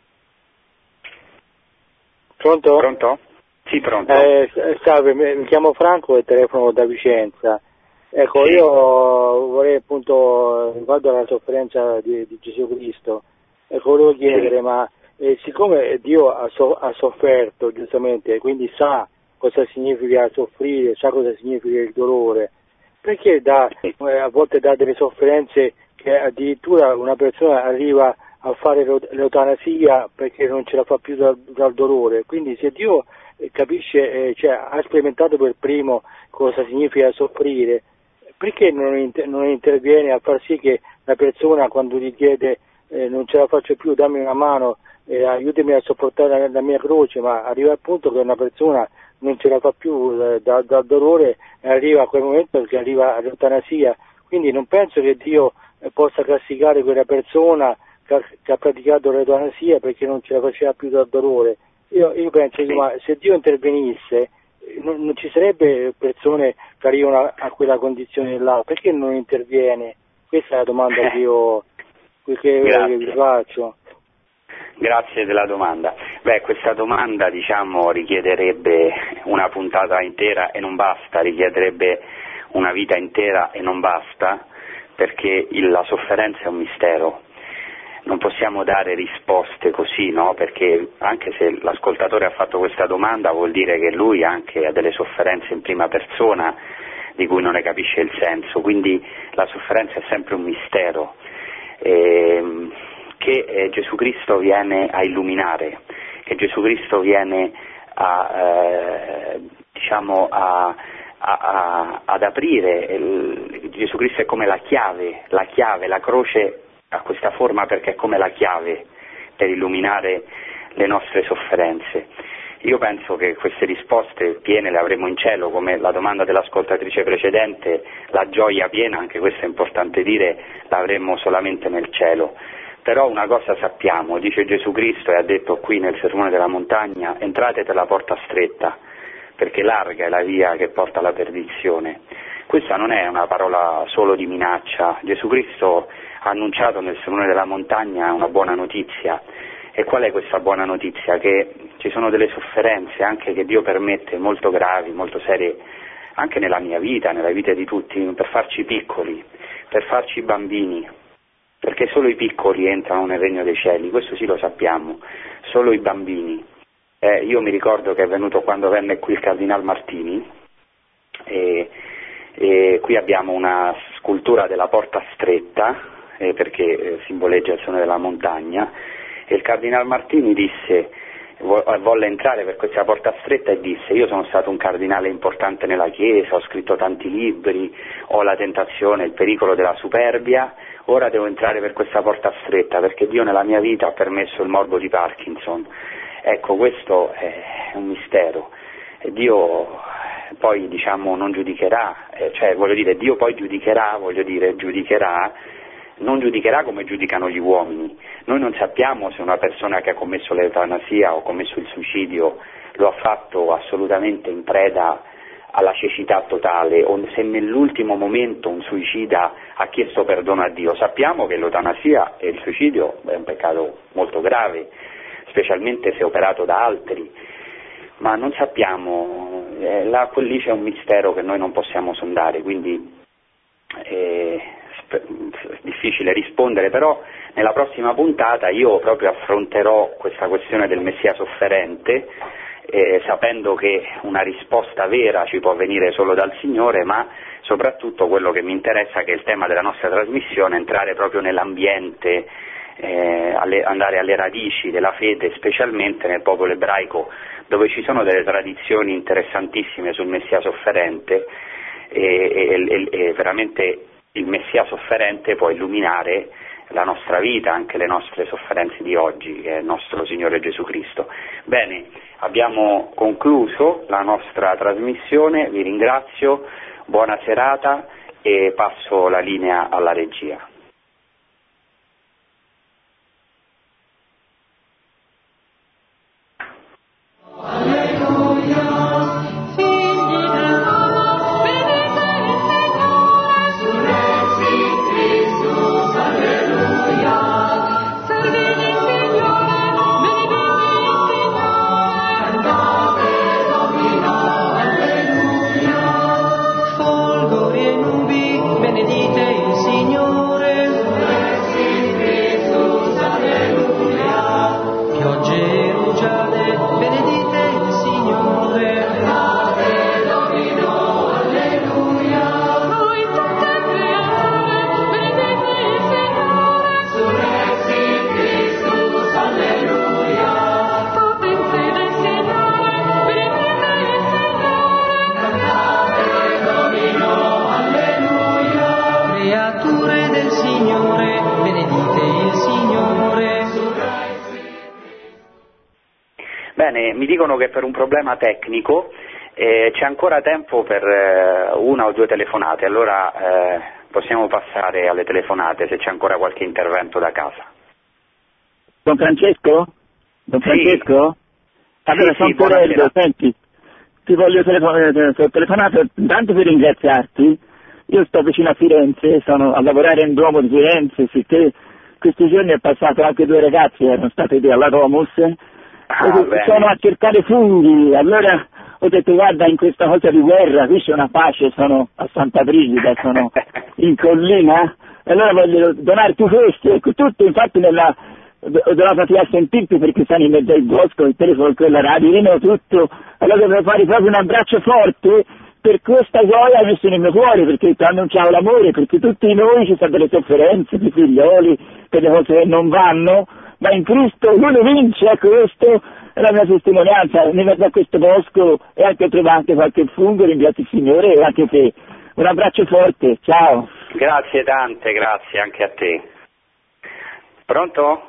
Pronto? Pronto? Sì, pronto. Salve, mi chiamo Franco e telefono da Vicenza. Ecco, sì. Io vorrei appunto, riguardo alla sofferenza di Gesù Cristo, ecco, volevo chiedere, sì, ma siccome Dio ha sofferto giustamente, quindi sa cosa significa soffrire, sa cosa significa il dolore, perché a volte dà delle sofferenze che addirittura una persona arriva a fare l'eutanasia perché non ce la fa più dal dolore? Quindi se Dio capisce, cioè ha sperimentato per primo cosa significa soffrire, perché non interviene a far sì che la persona, quando gli chiede non ce la faccio più, dammi una mano, aiutami a sopportare la mia croce, ma arriva al punto che una persona non ce la fa più dal dolore e arriva a quel momento che arriva all'eutanasia? Quindi non penso che Dio possa castigare quella persona che ha praticato l'eutanasia perché non ce la faceva più dal dolore. Io penso che se Dio intervenisse non ci sarebbe persone che arrivano a quella condizione là. Perché non interviene? Questa è la domanda che io vi faccio. Grazie della domanda. Questa domanda, diciamo, richiederebbe una puntata intera e non basta, richiederebbe una vita intera e non basta, perché la sofferenza è un mistero. Non possiamo dare risposte così, no? Perché anche se l'ascoltatore ha fatto questa domanda vuol dire che lui anche ha delle sofferenze in prima persona di cui non ne capisce il senso, quindi la sofferenza è sempre un mistero che Gesù Cristo viene a illuminare, che Gesù Cristo viene ad aprire. Gesù Cristo è come la chiave, la croce ha questa forma perché è come la chiave per illuminare le nostre sofferenze. Io penso che queste risposte piene le avremo in cielo, come la domanda dell'ascoltatrice precedente, la gioia piena, anche questo è importante dire, l'avremo solamente nel cielo. Però una cosa sappiamo, dice Gesù Cristo e ha detto qui nel Sermone della Montagna: entrate per la porta stretta, perché larga è la via che porta alla perdizione. Questa non è una parola solo di minaccia. Gesù Cristo ha annunciato nel Sermone della Montagna una buona notizia. E qual è questa buona notizia? Che ci sono delle sofferenze anche che Dio permette, molto gravi, molto serie, anche nella mia vita, nella vita di tutti, per farci piccoli, per farci bambini, perché solo i piccoli entrano nel regno dei cieli, questo sì lo sappiamo, solo i bambini. Io mi ricordo che è venuto quando venne qui il Cardinal Martini, e qui abbiamo una cultura della porta stretta, perché simboleggia il suono della montagna, e il Cardinal Martini volle entrare per questa porta stretta e disse: io sono stato un cardinale importante nella Chiesa, ho scritto tanti libri, ho la tentazione, il pericolo della superbia, ora devo entrare per questa porta stretta perché Dio nella mia vita ha permesso il morbo di Parkinson. Ecco, questo è un mistero. Dio poi non giudicherà, Dio poi giudicherà, non giudicherà come giudicano gli uomini. Noi non sappiamo se una persona che ha commesso l'eutanasia o commesso il suicidio lo ha fatto assolutamente in preda alla cecità totale, o se nell'ultimo momento un suicida ha chiesto perdono a Dio. Sappiamo che l'eutanasia e il suicidio è un peccato molto grave, specialmente se operato da altri, ma non sappiamo, lì c'è un mistero che noi non possiamo sondare, quindi è difficile rispondere, però nella prossima puntata io proprio affronterò questa questione del Messia sofferente, sapendo che una risposta vera ci può venire solo dal Signore, ma soprattutto quello che mi interessa, che è il tema della nostra trasmissione, entrare proprio nell'ambiente, andare alle radici della fede, specialmente nel popolo ebraico, dove ci sono delle tradizioni interessantissime sul Messia sofferente, e veramente il Messia sofferente può illuminare la nostra vita, anche le nostre sofferenze di oggi, che è il nostro Signore Gesù Cristo. Bene, abbiamo concluso la nostra trasmissione, vi ringrazio, buona serata e passo la linea alla regia. Bene, mi dicono che per un problema tecnico c'è ancora tempo per una o due telefonate, allora possiamo passare alle telefonate se c'è ancora qualche intervento da casa. Don Francesco? Don Francesco? Allora, sì, sono Torello, senti, ti voglio telefonato tanto per ringraziarti. Io sto vicino a Firenze, sono a lavorare in Duomo di Firenze, sicché questi giorni ho passato anche due ragazzi, erano stati lì alla Domus, sono a cercare funghi, allora ho detto guarda, in questa cosa di guerra qui c'è una pace, sono a Santa Brigida, sono in collina, allora voglio donarti questi, ecco, tutto infatti ho dovuto a sentirti perché stanno in mezzo al bosco, il telefono con la radio, tutto, allora dovevo fare proprio un abbraccio forte per questa gioia messo nel mio cuore, perché ti annunciavo l'amore, perché tutti noi ci sono delle sofferenze, dei figlioli, per le cose che non vanno, ma in Cristo lui lo vince, questo è la mia testimonianza, in mezzo a questo bosco e anche trovate qualche fungo, ringrazi il Signore e anche te. Un abbraccio forte, ciao. Grazie tante, grazie anche a te. Pronto?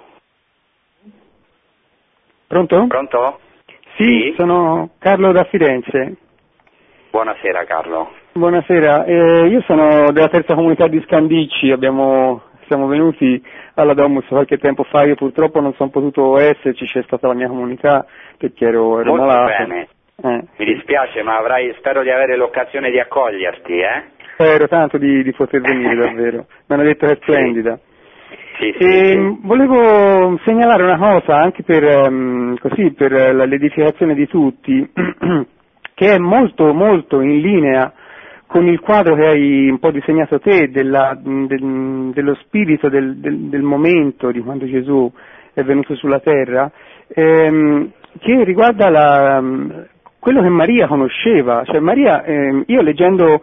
Pronto? Pronto? Sì, sono Carlo da Firenze. Buonasera Carlo. Buonasera, io sono della terza comunità di Scandicci, siamo venuti alla Domus qualche tempo fa, io purtroppo non sono potuto esserci, c'è stata la mia comunità perché ero molto malato. Bene. Mi dispiace, ma spero di avere l'occasione di accoglierti, Spero tanto di poter venire davvero, mi hanno detto che è splendida. Sì. Volevo segnalare una cosa anche per l'edificazione di tutti, che è molto molto in linea con il quadro che hai un po' disegnato te dello spirito del momento di quando Gesù è venuto sulla terra, che riguarda quello che Maria conosceva, cioè Maria, io leggendo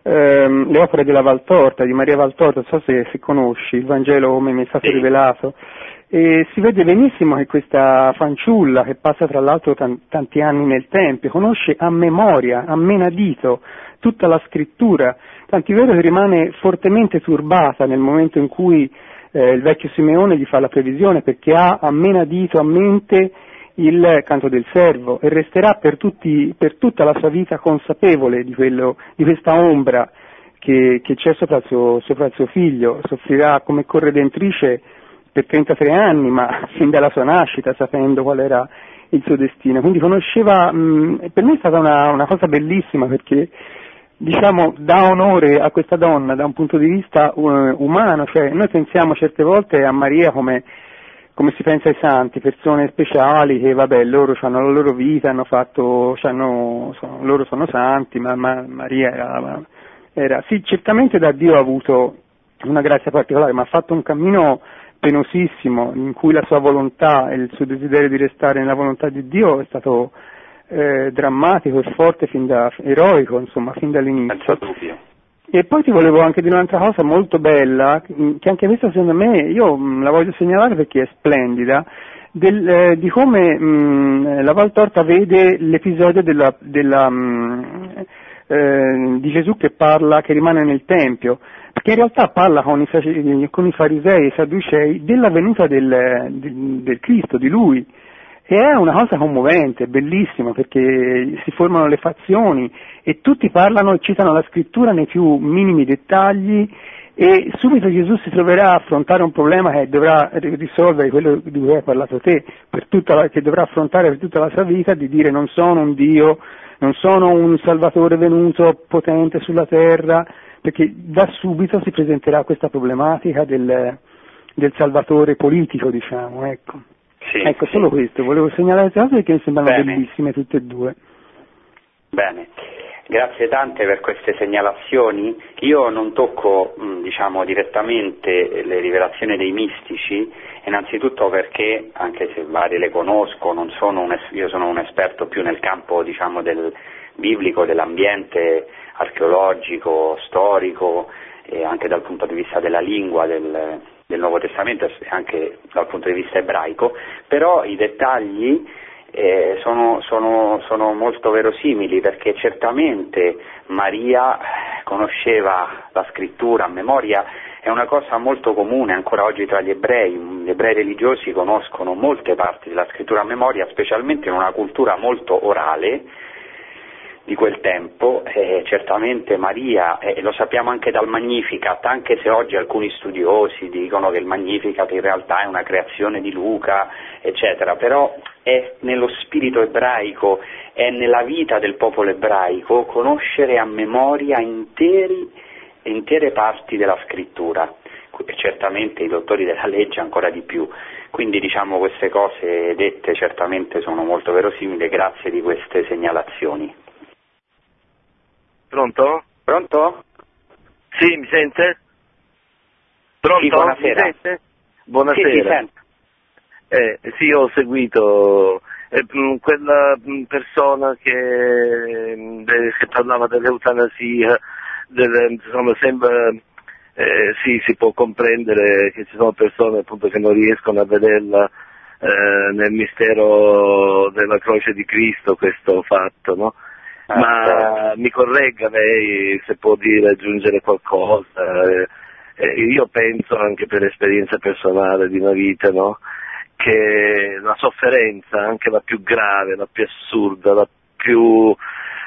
le opere della Valtorta, di Maria Valtorta, non so se conosci, il Vangelo come mi è stato rivelato, e si vede benissimo che questa fanciulla, che passa tra l'altro tanti anni nel Tempio, conosce a memoria, a menadito, tutta la scrittura, tanti vero che rimane fortemente turbata nel momento in cui il vecchio Simeone gli fa la previsione, perché ha a menadito, a mente il canto del servo, e resterà per tutta la sua vita consapevole di questa ombra che c'è sopra il suo figlio. Soffrirà come corredentrice per 33 anni, ma fin dalla sua nascita, sapendo qual era il suo destino. Quindi conosceva, per me è stata una cosa bellissima, perché diciamo dà onore a questa donna da un punto di vista umano, cioè noi pensiamo certe volte a Maria come si pensa ai santi, persone speciali che vabbè loro hanno la loro vita, loro sono santi, ma Maria era sì, certamente da Dio ha avuto una grazia particolare, ma ha fatto un cammino penosissimo in cui la sua volontà e il suo desiderio di restare nella volontà di Dio è stato drammatico e forte, eroico, insomma, fin dall'inizio. Senza dubbio. E poi ti volevo anche dire un'altra cosa molto bella, che anche questa secondo me, io la voglio segnalare perché è splendida, di come la Valtorta vede l'episodio di Gesù che rimane nel Tempio, perché in realtà parla con i farisei e i sadducei della venuta del Cristo, di Lui. E è una cosa commovente, bellissima, perché si formano le fazioni e tutti parlano e citano la scrittura nei più minimi dettagli, e subito Gesù si troverà a affrontare un problema che dovrà risolvere, quello di cui hai parlato te, che dovrà affrontare per tutta la sua vita, di dire non sono un Dio, non sono un Salvatore venuto potente sulla terra, perché da subito si presenterà questa problematica del Salvatore politico, diciamo, ecco. Sì, ecco, solo questo, volevo segnalare queste cose perché mi sembrano bellissime tutte e due. Bene, grazie tante per queste segnalazioni. Io non tocco direttamente le rivelazioni dei mistici, innanzitutto perché, anche se varie le conosco, io sono un esperto più nel campo del biblico, dell'ambiente archeologico, storico, e anche dal punto di vista della lingua del Nuovo Testamento e anche dal punto di vista ebraico, però i dettagli sono molto verosimili, perché certamente Maria conosceva la scrittura a memoria, è una cosa molto comune ancora oggi tra gli ebrei religiosi conoscono molte parti della scrittura a memoria, specialmente in una cultura molto orale di quel tempo. Certamente Maria, lo sappiamo anche dal Magnificat, anche se oggi alcuni studiosi dicono che il Magnificat in realtà è una creazione di Luca, eccetera, però è nello spirito ebraico, è nella vita del popolo ebraico conoscere a memoria intere parti della scrittura, e certamente i dottori della legge ancora di più. Quindi queste cose dette certamente sono molto verosimili, grazie di queste segnalazioni. Pronto? Pronto? Sì, mi sente? Pronto? Sì, buonasera. Mi sente? Buonasera. Sì, sento. Sì, ho seguito quella persona che parlava dell'eutanasia, sembra, sì, si può comprendere che ci sono persone appunto che non riescono a vederla nel mistero della croce di Cristo, questo fatto, no? Ma mi corregga lei se può aggiungere qualcosa. Io penso, anche per esperienza personale di una vita, no? Che la sofferenza, anche la più grave, la più assurda, la più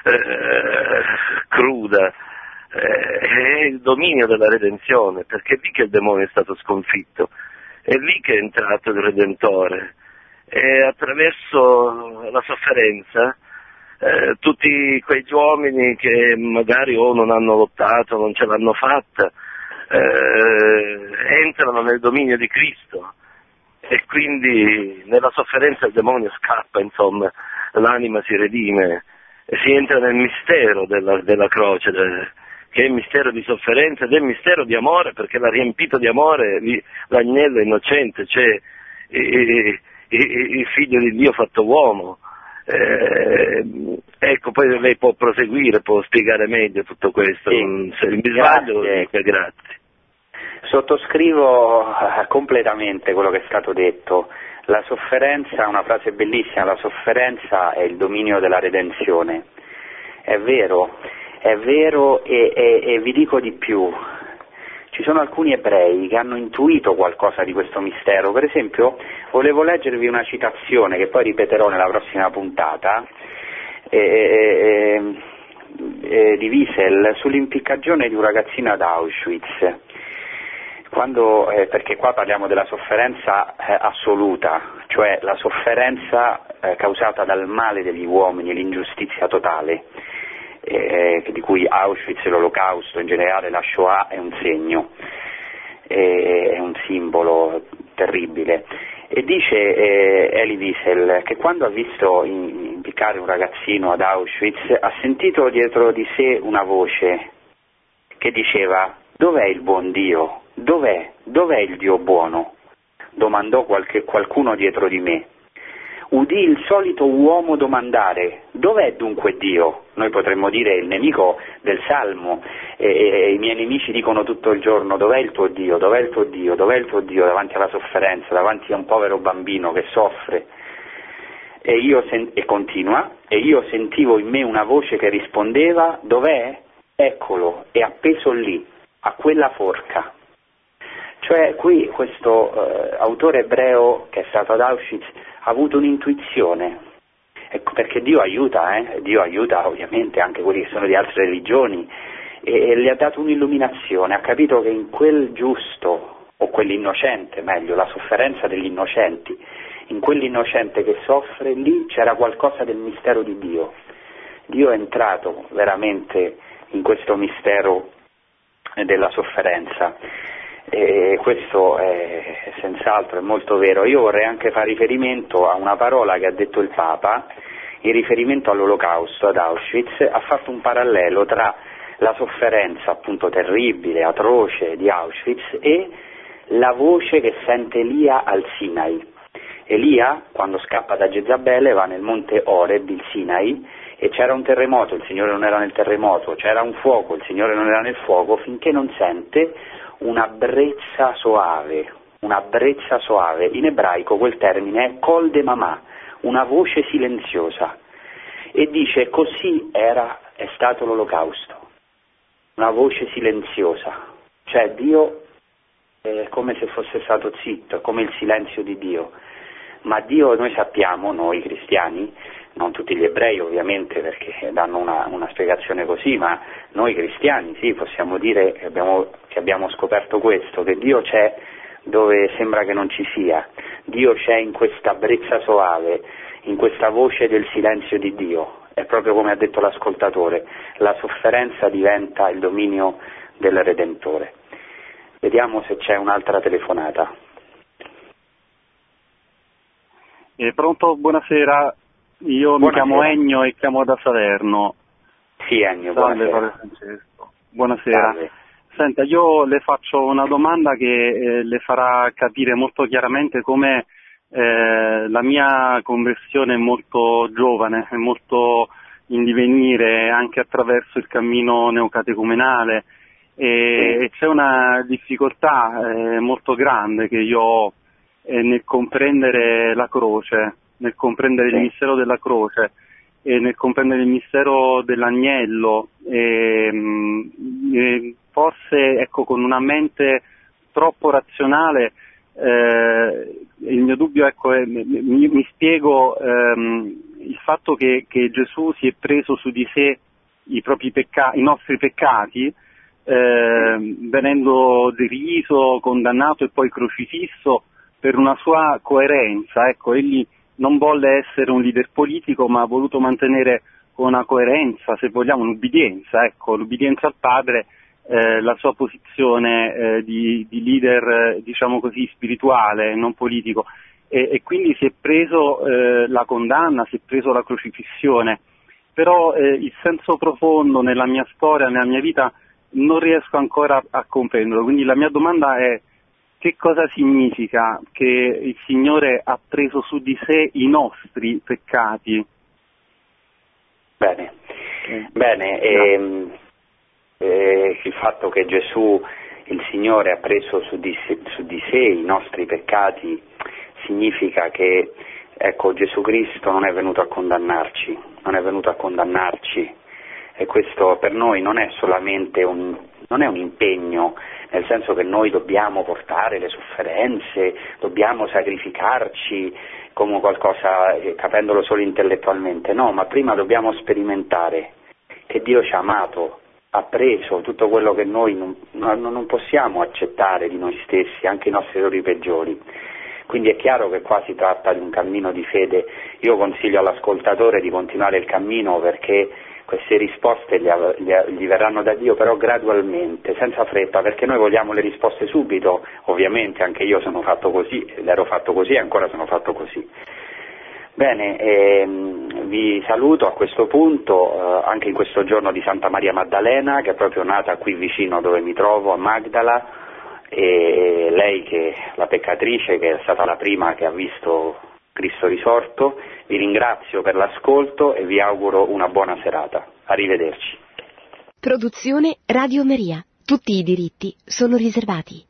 cruda, è il dominio della redenzione, perché è lì che il demonio è stato sconfitto, è lì che è entrato il Redentore, e attraverso la sofferenza tutti quegli uomini che magari non hanno lottato, non ce l'hanno fatta, entrano nel dominio di Cristo, e quindi nella sofferenza il demonio scappa, insomma, l'anima si redime e si entra nel mistero della croce, che è il mistero di sofferenza ed è il mistero di amore, perché l'ha riempito di amore l'agnello innocente, cioè il figlio di Dio fatto uomo. Ecco, poi lei può proseguire, può spiegare meglio tutto questo. Sì. Se mi sbaglio, grazie. Sottoscrivo completamente quello che è stato detto. La sofferenza, una frase bellissima, la sofferenza è il dominio della redenzione. È vero e vi dico di più. Ci sono alcuni ebrei che hanno intuito qualcosa di questo mistero. Per esempio, volevo leggervi una citazione che poi ripeterò nella prossima puntata, di Wiesel sull'impiccagione di un ragazzino ad Auschwitz. Perché qua parliamo della sofferenza assoluta, cioè la sofferenza causata dal male degli uomini, l'ingiustizia totale, di cui Auschwitz e l'Olocausto, in generale la Shoah, è un segno, è un simbolo terribile. E dice Elie Wiesel che quando ha visto impiccare un ragazzino ad Auschwitz ha sentito dietro di sé una voce che diceva: dov'è il buon Dio? Dov'è il Dio buono? Domandò qualcuno dietro di me. Udì il solito uomo domandare: dov'è dunque Dio? Noi potremmo dire il nemico del Salmo, i miei nemici dicono tutto il giorno: dov'è il tuo Dio? Dov'è il tuo Dio? Dov'è il tuo Dio? Davanti alla sofferenza, davanti a un povero bambino che soffre. E continua: e io sentivo in me una voce che rispondeva: dov'è? Eccolo, è appeso lì, a quella forca. Cioè qui questo autore ebreo che è stato ad Auschwitz ha avuto un'intuizione, ecco, perché Dio aiuta ovviamente anche quelli che sono di altre religioni, e gli ha dato un'illuminazione, ha capito che in quel giusto, o quell'innocente meglio, la sofferenza degli innocenti, in quell'innocente che soffre, lì c'era qualcosa del mistero di Dio. Dio è entrato veramente in questo mistero della sofferenza. E questo è senz'altro, è molto vero. Io vorrei anche fare riferimento a una parola che ha detto il Papa in riferimento all'Olocausto ad Auschwitz. Ha fatto un parallelo tra la sofferenza appunto terribile, atroce di Auschwitz e la voce che sente Elia al Sinai. Elia, quando scappa da Jezabele, va nel monte Oreb, il Sinai, e c'era un terremoto, il Signore non era nel terremoto, c'era un fuoco, il Signore non era nel fuoco, finché non sente una brezza soave. In ebraico quel termine è kol de mamà, una voce silenziosa. E dice: così è stato l'Olocausto, una voce silenziosa, cioè Dio è come se fosse stato zitto, come il silenzio di Dio. Ma Dio, noi sappiamo, noi cristiani, non tutti gli ebrei ovviamente perché danno una spiegazione così, ma noi cristiani sì, possiamo dire che abbiamo scoperto questo, che Dio c'è dove sembra che non ci sia, Dio c'è in questa brezza soave, in questa voce del silenzio di Dio. È proprio come ha detto l'ascoltatore, la sofferenza diventa il dominio del Redentore. Vediamo se c'è un'altra telefonata. Pronto, buonasera. Io mi chiamo Ennio e chiamo da Salerno. Sì, Ennio, salve, buonasera. Francesco. Buonasera. Salve. Senta, io le faccio una domanda che le farà capire molto chiaramente come la mia conversione è molto giovane, è molto in divenire anche attraverso il cammino neocatecumenale e c'è una difficoltà molto grande che io ho nel comprendere la croce, nel comprendere il mistero della croce e nel comprendere il mistero dell'agnello e forse ecco con una mente troppo razionale il mio dubbio ecco mi spiego il fatto che Gesù si è preso su di sé i nostri peccati venendo deriso, condannato e poi crocifisso per una sua coerenza, ecco, egli non volle essere un leader politico ma ha voluto mantenere con una coerenza, se vogliamo un'ubbidienza, ecco, l'ubbidienza al Padre, la sua posizione di leader, diciamo così, spirituale, non politico, e quindi si è preso la condanna, si è preso la crocifissione, però il senso profondo nella mia storia, nella mia vita, non riesco ancora a comprenderlo, quindi la mia domanda è: che cosa significa che il Signore ha preso su di sé i nostri peccati? Bene, il fatto che Gesù, il Signore, ha preso su di sé i nostri peccati significa che, ecco, Gesù Cristo non è venuto a condannarci, e questo per noi non è solamente non è un impegno, nel senso che noi dobbiamo portare le sofferenze, dobbiamo sacrificarci come qualcosa, capendolo solo intellettualmente, no, ma prima dobbiamo sperimentare che Dio ci ha amato, ha preso tutto quello che noi non possiamo accettare di noi stessi, anche i nostri errori peggiori. Quindi è chiaro che qua si tratta di un cammino di fede. Io consiglio all'ascoltatore di continuare il cammino, perché queste risposte gli verranno da Dio, però gradualmente, senza fretta, perché noi vogliamo le risposte subito. Ovviamente anche io sono fatto così, ero fatto così e ancora sono fatto così. Bene, vi saluto a questo punto, anche in questo giorno di Santa Maria Maddalena, che è proprio nata qui vicino dove mi trovo, a Magdala, e lei, che la peccatrice, che è stata la prima che ha visto Cristo risorto. Vi ringrazio per l'ascolto e vi auguro una buona serata. Arrivederci. Produzione Radio Maria. Tutti i diritti sono riservati.